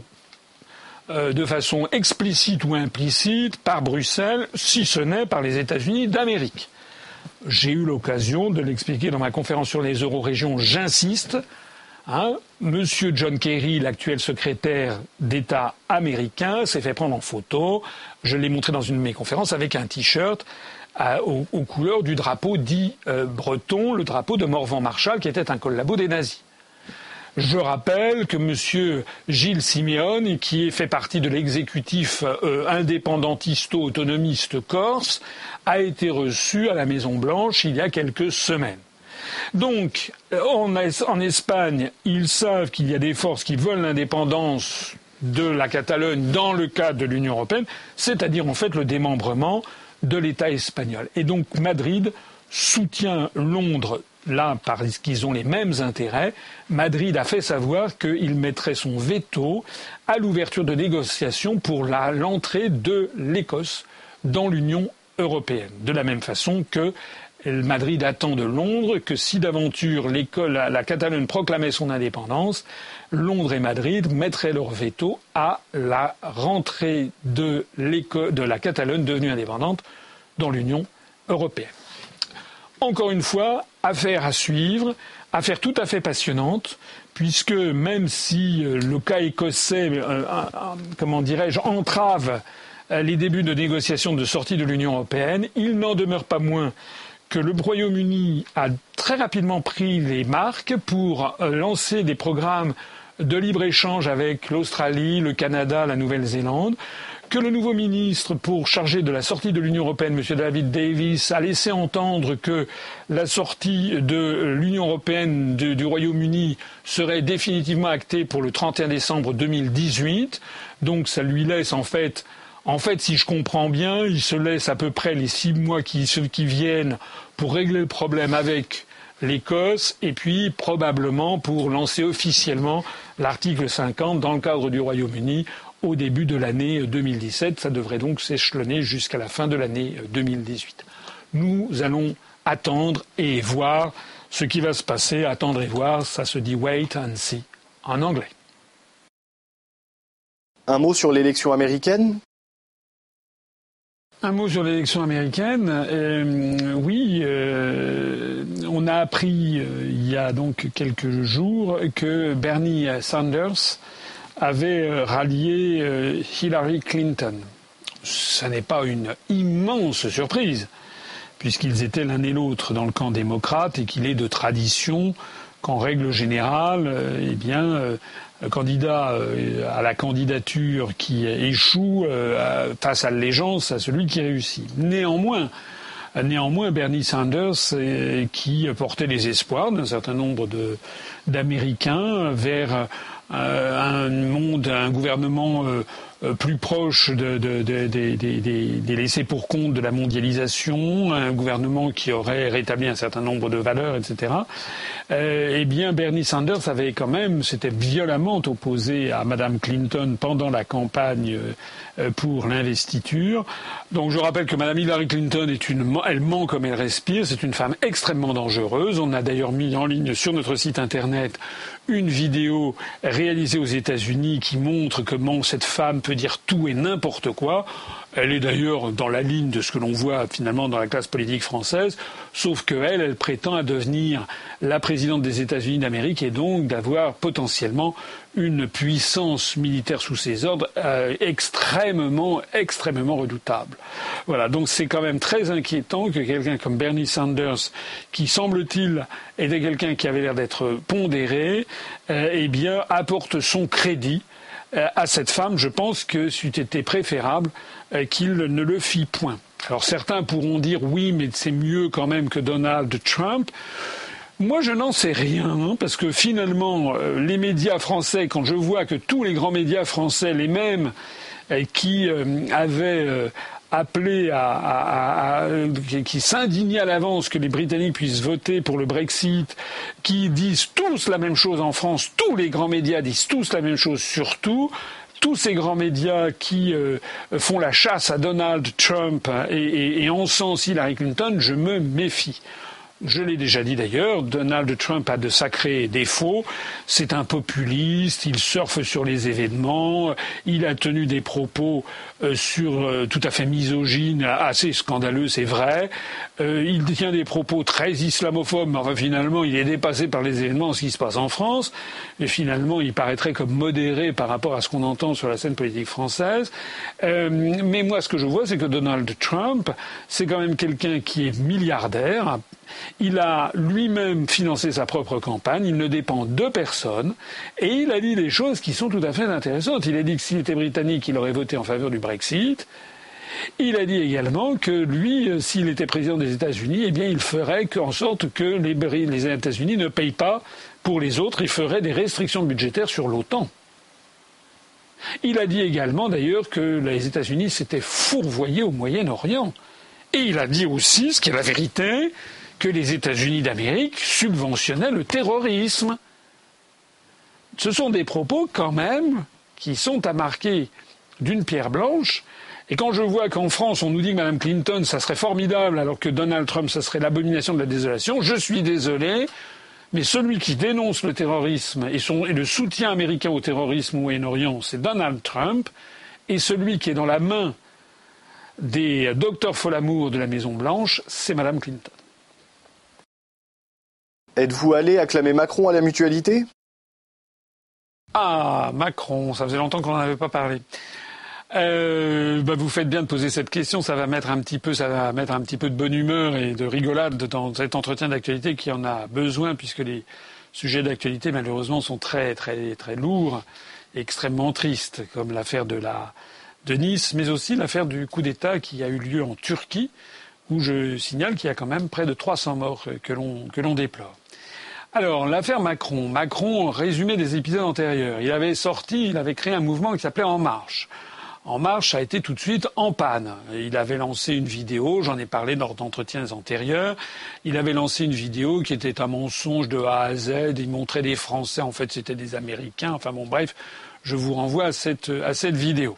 euh, de façon explicite ou implicite par Bruxelles, si ce n'est par les États-Unis d'Amérique. J'ai eu l'occasion de l'expliquer dans ma conférence sur les euro-régions, j'insiste. Hein, Monsieur John Kerry, l'actuel secrétaire d'État américain, s'est fait prendre en photo. Je l'ai montré dans une de mes conférences avec un T-shirt à, aux, aux couleurs du drapeau dit euh, breton, le drapeau de Morvan-Marshall, qui était un collabo des nazis. Je rappelle que M. Gilles Simeone, qui fait partie de l'exécutif euh, indépendantisto-autonomiste corse, a été reçu à la Maison-Blanche il y a quelques semaines. Donc, en, en Espagne, ils savent qu'il y a des forces qui veulent l'indépendance de la Catalogne dans le cadre de l'Union européenne, c'est-à-dire en fait le démembrement de l'État espagnol. Et donc Madrid soutient Londres, là parce qu'ils ont les mêmes intérêts. Madrid a fait savoir qu'il mettrait son veto à l'ouverture de négociations pour la, l'entrée de l'Écosse dans l'Union européenne. De la même façon que Madrid attend de Londres que si d'aventure l'école, la, la Catalogne proclamait son indépendance, Londres et Madrid mettraient leur veto à la rentrée de, de la Catalogne devenue indépendante dans l'Union européenne. Encore une fois, affaire à suivre, affaire tout à fait passionnante, puisque même si le cas écossais, euh, euh, comment dirais-je, entrave les débuts de négociations de sortie de l'Union européenne, il n'en demeure pas moins que le Royaume-Uni a très rapidement pris les marques pour lancer des programmes de libre-échange avec l'Australie, le Canada, la Nouvelle-Zélande, que le nouveau ministre pour chargé de la sortie de l'Union européenne, M. David Davis, a laissé entendre que la sortie de l'Union européenne de, du Royaume-Uni serait définitivement actée pour le trente et un décembre deux mille dix-huit. Donc ça lui laisse en fait... En fait, si je comprends bien, il se laisse à peu près les six mois qui, qui viennent pour régler le problème avec l'Écosse et puis probablement pour lancer officiellement l'article cinquante dans le cadre du Royaume-Uni au début de l'année deux mille dix-sept. Ça devrait donc s'échelonner jusqu'à la fin de l'année deux mille dix-huit. Nous allons attendre et voir ce qui va se passer. Attendre et voir, ça se dit wait and see en anglais. Un mot sur l'élection américaine ? Un mot sur l'élection américaine. Euh, oui, euh, on a appris euh, il y a donc quelques jours que Bernie Sanders avait euh, rallié euh, Hillary Clinton. Ça n'est pas une immense surprise, puisqu'ils étaient l'un et l'autre dans le camp démocrate et qu'il est de tradition qu'en règle générale, euh, eh bien, euh, le candidat euh, à la candidature qui échoue euh, fasse allégeance à celui qui réussit. Néanmoins, néanmoins Bernie Sanders, euh, qui portait les espoirs d'un certain nombre de, d'Américains vers euh, un monde, un gouvernement euh, plus proche de, de, de, de, de, de, des laissés-pour-compte de la mondialisation, un gouvernement qui aurait rétabli un certain nombre de valeurs, et cetera. Euh, eh bien, Bernie Sanders avait quand même, s'était violemment opposé à Madame Clinton pendant la campagne euh, pour l'investiture. Donc, je rappelle que Madame Hillary Clinton est une, elle ment comme elle respire. C'est une femme extrêmement dangereuse. On a d'ailleurs mis en ligne sur notre site internet une vidéo réalisée aux États-Unis qui montre comment cette femme peut dire tout et n'importe quoi. Elle est d'ailleurs dans la ligne de ce que l'on voit finalement dans la classe politique française, sauf qu'elle, elle prétend à devenir la présidente des États-Unis d'Amérique et donc d'avoir potentiellement une puissance militaire sous ses ordres euh, extrêmement, extrêmement redoutable. Voilà, donc c'est quand même très inquiétant que quelqu'un comme Bernie Sanders, qui semble-t-il était quelqu'un qui avait l'air d'être pondéré, euh, eh bien apporte son crédit euh, à cette femme. Je pense que c'eût été préférable euh, qu'il ne le fît point. Alors certains pourront dire oui, mais c'est mieux quand même que Donald Trump. Moi, je n'en sais rien, hein, parce que finalement, euh, les médias français, quand je vois que tous les grands médias français, les mêmes euh, qui euh, avaient euh, appelé à, à, à, à qui, qui s'indignaient à l'avance que les Britanniques puissent voter pour le Brexit, qui disent tous la même chose en France, tous les grands médias disent tous la même chose, surtout tous ces grands médias qui euh, font la chasse à Donald Trump et, et, et encensent Hillary Clinton, je me méfie. Je l'ai déjà dit d'ailleurs, Donald Trump a de sacrés défauts. C'est un populiste, il surfe sur les événements, il a tenu des propos euh, sur euh, tout à fait misogynes, assez scandaleux, c'est vrai. Euh, il tient des propos très islamophobes, mais enfin, finalement, il est dépassé par les événements, ce qui se passe en France. Et finalement, il paraîtrait comme modéré par rapport à ce qu'on entend sur la scène politique française. Euh, mais moi, ce que je vois, c'est que Donald Trump, c'est quand même quelqu'un qui est milliardaire. Il a lui-même financé sa propre campagne, il ne dépend de personne, et il a dit des choses qui sont tout à fait intéressantes. Il a dit que s'il était britannique, il aurait voté en faveur du Brexit. Il a dit également que lui, s'il était président des États-Unis, eh bien, il ferait en sorte que les, les États-Unis ne payent pas pour les autres, il ferait des restrictions budgétaires sur l'OTAN. Il a dit également, d'ailleurs, que les États-Unis s'étaient fourvoyés au Moyen-Orient. Et il a dit aussi, ce qui est la vérité, que les États-Unis d'Amérique subventionnaient le terrorisme. Ce sont des propos, quand même, qui sont à marquer d'une pierre blanche. Et quand je vois qu'en France, on nous dit que Mme Clinton, ça serait formidable, alors que Donald Trump, ça serait l'abomination de la désolation, je suis désolé, mais celui qui dénonce le terrorisme et, son, et le soutien américain au terrorisme au Moyen-Orient, c'est Donald Trump, et celui qui est dans la main des docteurs Folamour de la Maison-Blanche, c'est Mme Clinton. Êtes-vous allé acclamer Macron à la Mutualité ? Ah, Macron, ça faisait longtemps qu'on n'en avait pas parlé. Euh, bah vous faites bien de poser cette question, ça va mettre un petit peu, ça va mettre un petit peu de bonne humeur et de rigolade dans cet entretien d'actualité qui en a besoin, puisque les sujets d'actualité malheureusement sont très très très lourds et extrêmement tristes, comme l'affaire de la de Nice, mais aussi l'affaire du coup d'État qui a eu lieu en Turquie, où je signale qu'il y a quand même près de trois cents morts que l'on que l'on déplore. Alors, l'affaire Macron. Macron résumait des épisodes antérieurs. Il avait sorti, il avait créé un mouvement qui s'appelait En Marche. En Marche a été tout de suite en panne. Il avait lancé une vidéo, j'en ai parlé lors d'entretiens antérieurs, il avait lancé une vidéo qui était un mensonge de A à Z, il montrait des Français, en fait c'était des Américains, enfin bon bref, je vous renvoie à cette, à cette vidéo.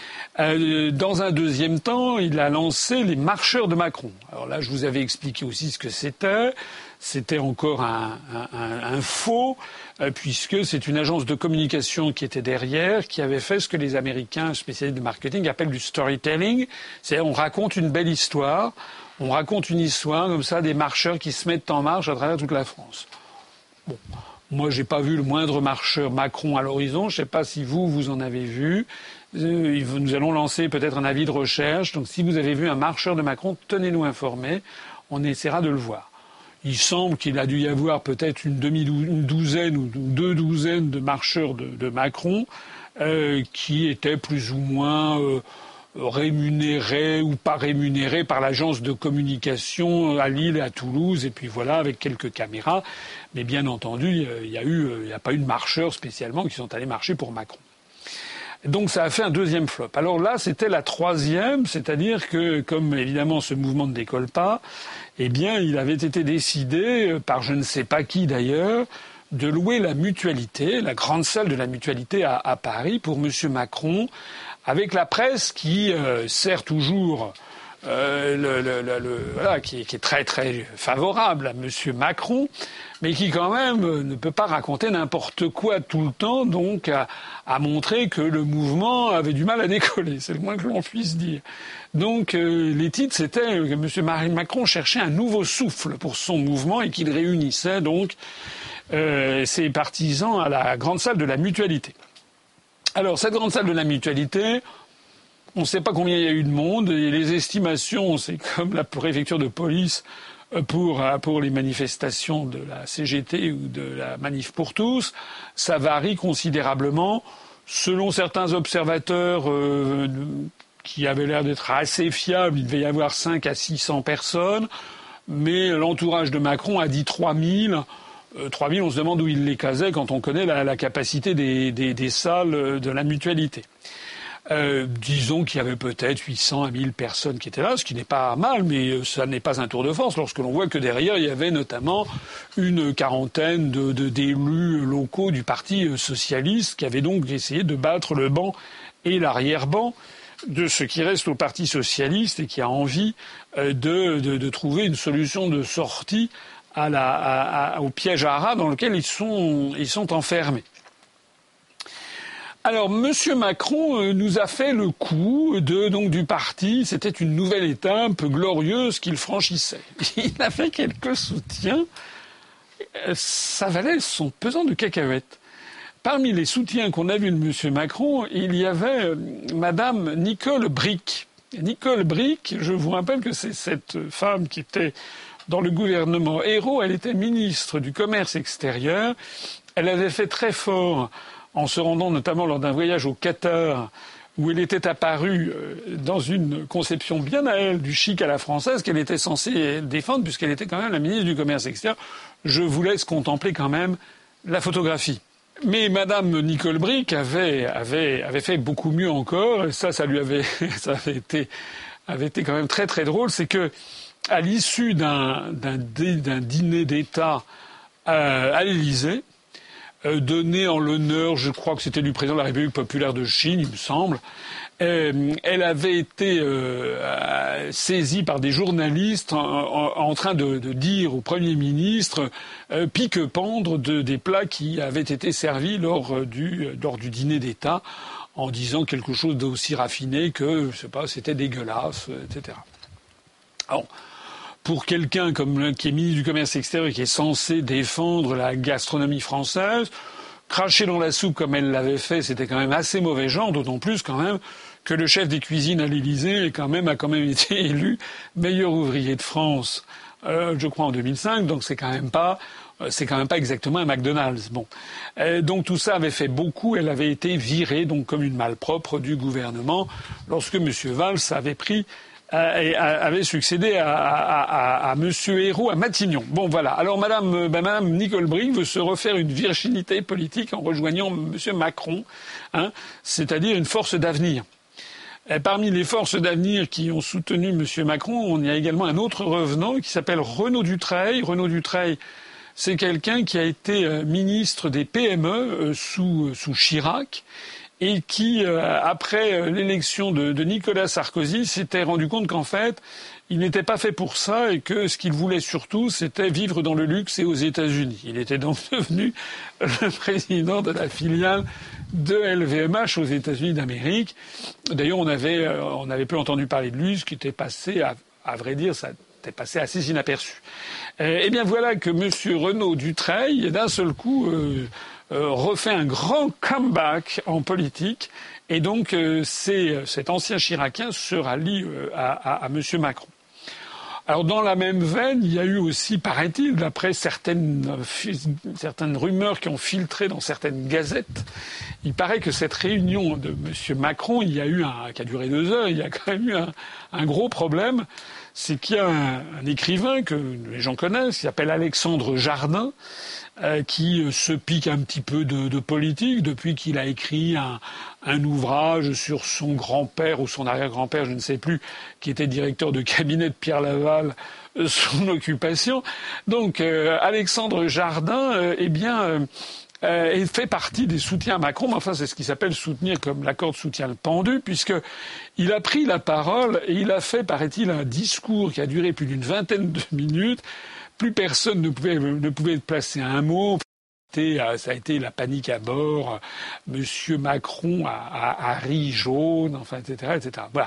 Euh, dans un deuxième temps, il a lancé les marcheurs de Macron. Alors là, je vous avais expliqué aussi ce que c'était. C'était encore un, un, un faux, euh, puisque c'est une agence de communication qui était derrière, qui avait fait ce que les Américains spécialistes de marketing appellent du storytelling. C'est-à-dire, on raconte une belle histoire, on raconte une histoire comme ça, des marcheurs qui se mettent en marche à travers toute la France. Bon. Moi, j'ai pas vu le moindre marcheur Macron à l'horizon. Je sais pas si vous, vous en avez vu. Nous allons lancer peut-être un avis de recherche. Donc, si vous avez vu un marcheur de Macron, tenez-nous informés. On essaiera de le voir. Il semble qu'il a dû y avoir peut-être une demi-douzaine ou deux douzaines de marcheurs de, de Macron euh, qui étaient plus ou moins euh, rémunérés ou pas rémunérés par l'agence de communication à Lille et à Toulouse. Et puis voilà, avec quelques caméras. Mais bien entendu, il y a eu, il n'y a pas eu de marcheurs spécialement qui sont allés marcher pour Macron. Donc ça a fait un deuxième flop. Alors là, c'était la troisième, c'est-à-dire que, comme évidemment ce mouvement ne décolle pas, eh bien, il avait été décidé, par je ne sais pas qui d'ailleurs, de louer la Mutualité, la grande salle de la Mutualité à, à Paris, pour M. Macron, avec la presse qui euh, sert toujours... Euh, le, le, le, le, voilà, qui, qui est très très favorable à M. Macron, mais qui quand même ne peut pas raconter n'importe quoi tout le temps, donc a, a montré que le mouvement avait du mal à décoller, c'est le moins que l'on puisse dire. Donc euh, les titres, c'était que M. Macron cherchait un nouveau souffle pour son mouvement et qu'il réunissait donc euh, ses partisans à la grande salle de la Mutualité. Alors cette grande salle de la Mutualité... On ne sait pas combien il y a eu de monde et les estimations, c'est comme la préfecture de police pour, pour les manifestations de la C G T ou de la Manif pour tous, ça varie considérablement. Selon certains observateurs euh, qui avaient l'air d'être assez fiables, il devait y avoir cinq à six cents personnes, mais l'entourage de Macron a dit trois mille. Euh, trois mille, on se demande où il les casait quand on connaît la, la capacité des, des, des salles de la Mutualité. Euh, disons qu'il y avait peut-être huit cents à mille personnes qui étaient là, ce qui n'est pas mal, mais ça n'est pas un tour de force lorsque l'on voit que derrière, il y avait notamment une quarantaine de, de, d'élus locaux du Parti socialiste qui avaient donc essayé de battre le banc et l'arrière-banc de ce qui reste au Parti socialiste et qui a envie de, de, de trouver une solution de sortie à la, à, à, au piège à rats dans lequel ils sont, ils sont enfermés. Alors, M. Macron nous a fait le coup de, donc, du parti. C'était une nouvelle étape glorieuse qu'il franchissait. Il a fait quelques soutiens. Ça valait son pesant de cacahuètes. Parmi les soutiens qu'on a vus de M. Macron, il y avait Mme Nicole Bricq. Nicole Bricq, je vous rappelle que c'est cette femme qui était dans le gouvernement Ayrault. Elle était ministre du Commerce extérieur. Elle avait fait très fort en se rendant notamment lors d'un voyage au Qatar, où elle était apparue dans une conception bien à elle du chic à la française qu'elle était censée défendre, puisqu'elle était quand même la ministre du Commerce extérieur. Je vous laisse contempler quand même la photographie. Mais Madame Nicole Bricq avait, avait, avait fait beaucoup mieux encore, et ça, ça lui avait, ça avait été, avait été quand même très très drôle, c'est que à l'issue d'un, d'un, d'un dîner d'État euh, à l'Élysée, euh, donné en l'honneur, je crois que c'était du président de la République populaire de Chine, il me semble, euh, elle avait été euh, saisie par des journalistes en, en, en train de, de dire au Premier ministre euh, pique-pendre de, des plats qui avaient été servis lors du, lors du dîner d'État, en disant quelque chose d'aussi raffiné que, je sais pas, c'était dégueulasse, et cetera. Alors, pour quelqu'un comme qui est ministre du Commerce extérieur et qui est censé défendre la gastronomie française, cracher dans la soupe comme elle l'avait fait, c'était quand même assez mauvais genre, d'autant plus quand même que le chef des cuisines à l'Élysée quand même, a quand même été élu meilleur ouvrier de France, euh, je crois en deux mille cinq, donc c'est quand même pas c'est quand même pas exactement un McDonald's. Bon, euh, donc tout ça avait fait beaucoup. Elle avait été virée donc comme une malpropre du gouvernement lorsque M. Valls avait pris et avait succédé à, à, à, à M. Ayrault à Matignon. Bon, voilà. Alors, Madame, ben, Madame Nicole Bricq veut se refaire une virginité politique en rejoignant M. Macron, hein, c'est-à-dire une force d'avenir. Et parmi les forces d'avenir qui ont soutenu M. Macron, on y a également un autre revenant qui s'appelle Renaud Dutreil. Renaud Dutreil, c'est quelqu'un qui a été ministre des P M E sous, sous Chirac, et qui, euh, après l'élection de, de Nicolas Sarkozy, s'était rendu compte qu'en fait, il n'était pas fait pour ça et que ce qu'il voulait surtout, c'était vivre dans le luxe et aux États-Unis. Il était donc devenu le président de la filiale de L V M H aux États-Unis d'Amérique. D'ailleurs, on avait, on avait peu entendu parler de lui, ce qui était passé, à, à vrai dire, ça était passé assez inaperçu. Euh, eh bien, voilà que M. Renaud Dutreil, d'un seul coup, euh, Euh, refait un grand comeback en politique et donc euh, c'est, cet ancien chiracien se rallie euh, à, à, à M. Macron. Alors dans la même veine, il y a eu aussi, paraît-il, d'après certaines, euh, certaines rumeurs qui ont filtré dans certaines gazettes, il paraît que cette réunion de M. Macron, il y a eu un, qui a duré deux heures, il y a quand même eu un, un gros problème, c'est qu'il y a un, un écrivain que les gens connaissent, qui s'appelle Alexandre Jardin, Euh, qui se pique un petit peu de, de politique depuis qu'il a écrit un, un ouvrage sur son grand-père ou son arrière-grand-père, je ne sais plus, qui était directeur de cabinet de Pierre Laval euh, sous l'occupation. Donc euh, Alexandre Jardin, euh, eh bien, euh, euh, fait partie des soutiens à Macron, mais enfin c'est ce qui s'appelle soutenir comme l'accord de soutien le pendu, puisque il a pris la parole et il a fait, paraît-il, un discours qui a duré plus d'une vingtaine de minutes. Plus personne ne pouvait, ne pouvait placer un mot. Ça a été la panique à bord. Monsieur Macron a, a, a ri jaune, enfin, et cetera, et cetera. Voilà.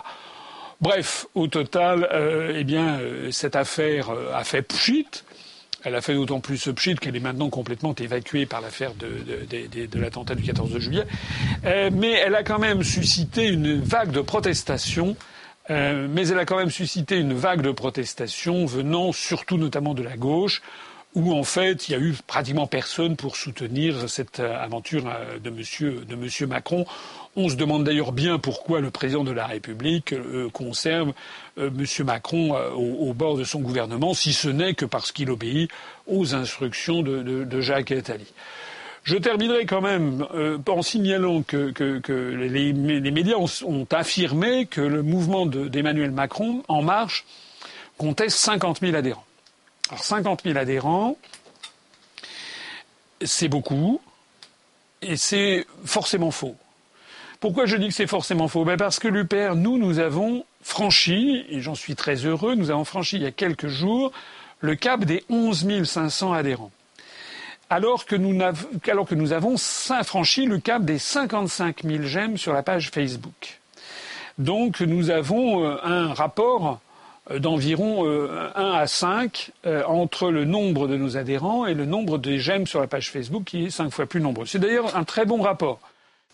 Bref, au total, euh, eh bien, euh, cette affaire euh, a fait pchit. Elle a fait d'autant plus pchit qu'elle est maintenant complètement évacuée par l'affaire de, de, de, de, de l'attentat du quatorze juillet. Euh, mais elle a quand même suscité une vague de protestations. Euh, mais elle a quand même suscité une vague de protestations venant surtout notamment de la gauche, où en fait il y a eu pratiquement personne pour soutenir cette aventure de monsieur, de monsieur Macron. On se demande d'ailleurs bien pourquoi le président de la République euh, conserve euh, monsieur Macron euh, au, au bord de son gouvernement, si ce n'est que parce qu'il obéit aux instructions de, de, de Jacques Attali. Je terminerai quand même euh, en signalant que, que, que les, les médias ont, ont affirmé que le mouvement de, d'Emmanuel Macron, En Marche, comptait cinquante mille adhérents. Alors cinquante mille adhérents, c'est beaucoup, et c'est forcément faux. Pourquoi je dis que c'est forcément faux ? Ben parce que l'U P R, nous, nous avons franchi, et j'en suis très heureux, nous avons franchi il y a quelques jours le cap des onze mille cinq cents adhérents. Alors que, nous alors que nous avons franchi le cap des cinquante-cinq mille j'aime sur la page Facebook. Donc nous avons un rapport d'environ un à cinq entre le nombre de nos adhérents et le nombre de j'aime sur la page Facebook qui est cinq fois plus nombreux. C'est d'ailleurs un très bon rapport.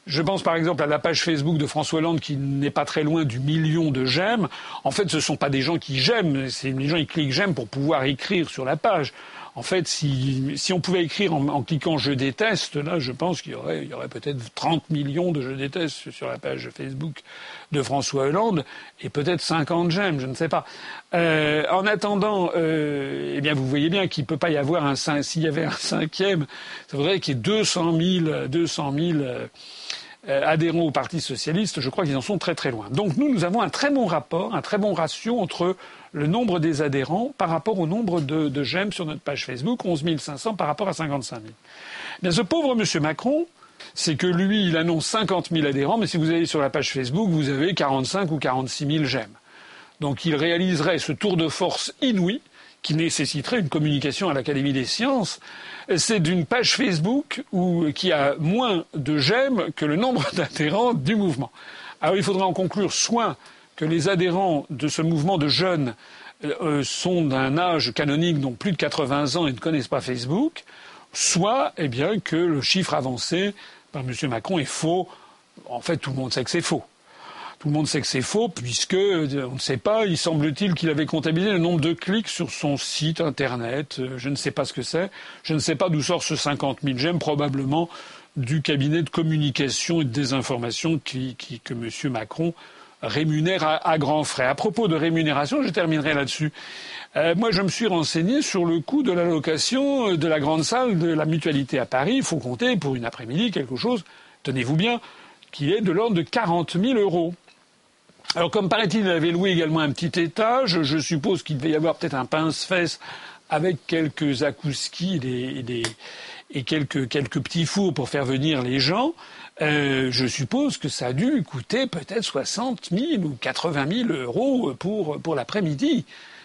Je pense par exemple à la page Facebook de François Hollande qui n'est pas très loin du million de j'aime. En fait, ce ne sont pas des gens qui j'aiment, c'est les gens qui cliquent j'aime pour pouvoir écrire sur la page. En fait, si, si on pouvait écrire en, en cliquant « je déteste », là, je pense qu'il y aurait, il y aurait peut-être trente millions de « je déteste » sur la page Facebook de François Hollande et peut-être cinquante j'aime, je ne sais pas. Euh, en attendant, euh, eh bien, vous voyez bien qu'il ne peut pas y avoir un s'il y avait un cinquième, ça voudrait qu'il y ait deux cent mille, deux cent mille euh, adhérents au Parti socialiste. Je crois qu'ils en sont très très loin. Donc nous, nous avons un très bon rapport, un très bon ratio entre le nombre des adhérents par rapport au nombre de, de j'aime sur notre page Facebook, onze mille cinq cents par rapport à cinquante-cinq mille. Bien, ce pauvre monsieur Macron, c'est que lui, il annonce cinquante mille adhérents, mais si vous allez sur la page Facebook, vous avez quarante-cinq ou quarante-six mille j'aime. Donc il réaliserait ce tour de force inouï qui nécessiterait une communication à l'Académie des sciences. C'est d'une page Facebook où, qui a moins de j'aime que le nombre d'adhérents du mouvement. Alors il faudra en conclure soit que les adhérents de ce mouvement de jeunes euh, sont d'un âge canonique, donc plus de quatre-vingts ans, et ne connaissent pas Facebook, soit eh bien, que le chiffre avancé par M. Macron est faux. En fait, tout le monde sait que c'est faux. Tout le monde sait que c'est faux, puisque, on ne sait pas, il semble-t-il qu'il avait comptabilisé le nombre de clics sur son site internet. Je ne sais pas ce que c'est. Je ne sais pas d'où sort ce cinquante mille j'aime, probablement du cabinet de communication et de désinformation qui, qui, que M. Macron rémunère à, à grands frais. À propos de rémunération, je terminerai là-dessus. Euh, moi, je me suis renseigné sur le coût de la location de la grande salle de la Mutualité à Paris. Il faut compter pour une après-midi quelque chose, tenez-vous bien, qui est de l'ordre de quarante mille euros. Alors, comme paraît-il, il avait loué également un petit étage. Je suppose qu'il devait y avoir peut-être un pince-fesse avec quelques akouskis et, des, et, des, et quelques, quelques petits fours pour faire venir les gens. Euh, je suppose que ça a dû coûter peut-être soixante mille ou quatre-vingt mille euros pour, pour l'après-midi.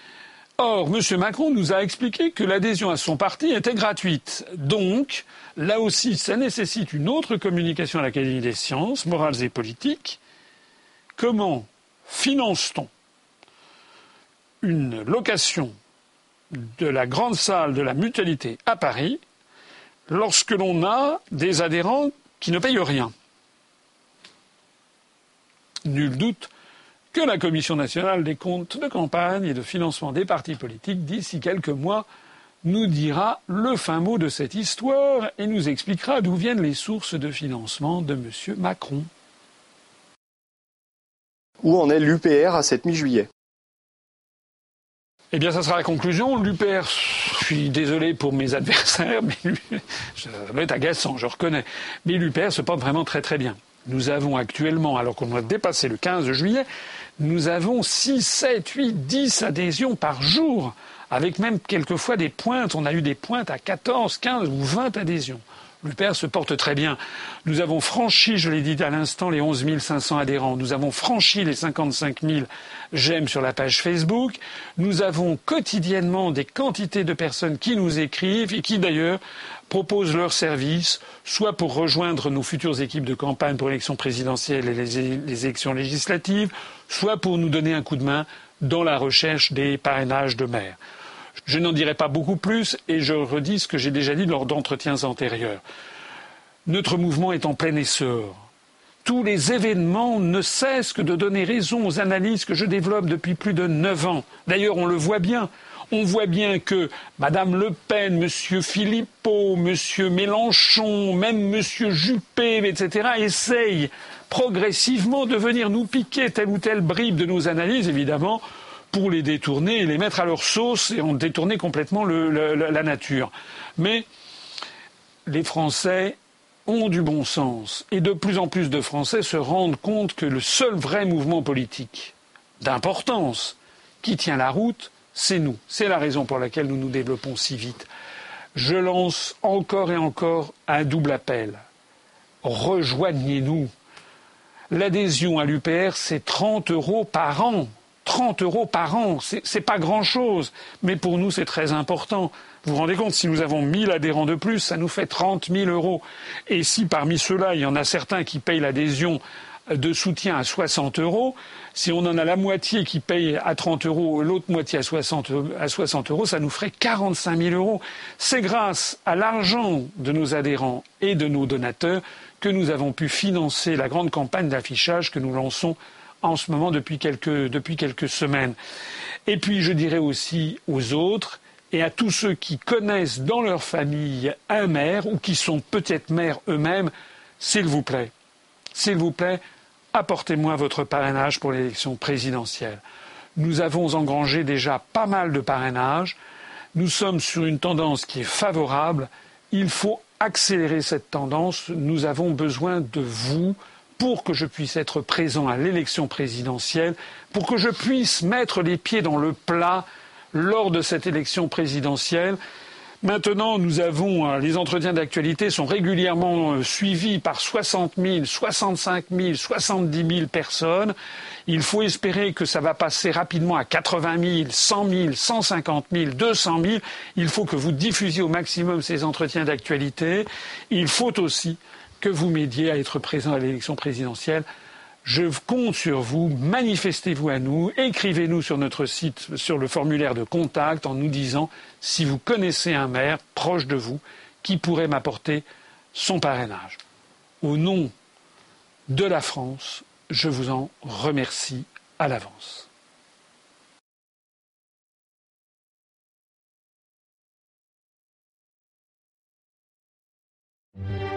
Or, M. Macron nous a expliqué que l'adhésion à son parti était gratuite. Donc, là aussi, ça nécessite une autre communication à l'Académie des sciences, morales et politiques. Comment finance-t-on une location de la grande salle de la Mutualité à Paris lorsque l'on a des adhérents qui ne payent rien? Nul doute que la Commission nationale des comptes de campagne et de financement des partis politiques, d'ici quelques mois, nous dira le fin mot de cette histoire et nous expliquera d'où viennent les sources de financement de M. Macron. Où en est l'U P R à cette mi-juillet? Eh bien, ça sera la conclusion. L'U P R, je suis désolé pour mes adversaires, mais ça va être agaçant, je reconnais. Mais l'U P R se porte vraiment très très bien. Nous avons actuellement, alors qu'on a dépassé le quinze juillet, nous avons six, sept, huit, dix adhésions par jour, avec même quelquefois des pointes. On a eu des pointes à quatorze, quinze ou vingt adhésions. L'U P R se porte très bien. Nous avons franchi, je l'ai dit à l'instant, les onze mille cinq cents adhérents. Nous avons franchi les cinquante-cinq mille j'aime sur la page Facebook. Nous avons quotidiennement des quantités de personnes qui nous écrivent et qui d'ailleurs proposent leurs services, soit pour rejoindre nos futures équipes de campagne pour l'élection présidentielle et les, les élections législatives, soit pour nous donner un coup de main dans la recherche des parrainages de maires. Je n'en dirai pas beaucoup plus et je redis ce que j'ai déjà dit lors d'entretiens antérieurs. Notre mouvement est en plein essor. Tous les événements ne cessent que de donner raison aux analyses que je développe depuis plus de neuf ans. D'ailleurs, on le voit bien. On voit bien que Mme Le Pen, M. Philippot, M. Mélenchon, même M. Juppé, et cetera, essayent progressivement de venir nous piquer telle ou telle bribe de nos analyses, évidemment, pour les détourner et les mettre à leur sauce et en détourner complètement le, le, la nature. Mais les Français ont du bon sens et de plus en plus de Français se rendent compte que le seul vrai mouvement politique d'importance qui tient la route, c'est nous. C'est la raison pour laquelle nous nous développons si vite. Je lance encore et encore un double appel. Rejoignez-nous. L'adhésion à l'U P R, c'est trente euros par an. trente euros par an, c'est, c'est pas grand-chose, mais pour nous c'est très important. Vous vous rendez compte, si nous avons mille adhérents de plus, ça nous fait trente mille euros. Et si parmi ceux-là, il y en a certains qui payent l'adhésion de soutien à soixante euros. Si on en a la moitié qui paye à trente euros, l'autre moitié à soixante, à soixante euros, ça nous ferait quarante-cinq mille euros. C'est grâce à l'argent de nos adhérents et de nos donateurs que nous avons pu financer la grande campagne d'affichage que nous lançons en ce moment depuis quelques, depuis quelques semaines. Et puis je dirais aussi aux autres et à tous ceux qui connaissent dans leur famille un maire ou qui sont peut-être maires eux-mêmes, s'il vous plaît, s'il vous plaît, apportez-moi votre parrainage pour l'élection présidentielle. Nous avons engrangé déjà pas mal de parrainages. Nous sommes sur une tendance qui est favorable. Il faut accélérer cette tendance. Nous avons besoin de vous pour que je puisse être présent à l'élection présidentielle, pour que je puisse mettre les pieds dans le plat lors de cette élection présidentielle. Maintenant, nous avons, les entretiens d'actualité sont régulièrement suivis par soixante mille, soixante-cinq mille, soixante-dix mille personnes. Il faut espérer que ça va passer rapidement à quatre-vingt mille, cent mille, cent cinquante mille, deux cent mille. Il faut que vous diffusiez au maximum ces entretiens d'actualité. Il faut aussi que vous m'aidiez à être présent à l'élection présidentielle. Je compte sur vous, manifestez-vous à nous, écrivez-nous sur notre site, sur le formulaire de contact en nous disant si vous connaissez un maire proche de vous qui pourrait m'apporter son parrainage. Au nom de la France, je vous en remercie à l'avance. Thank you.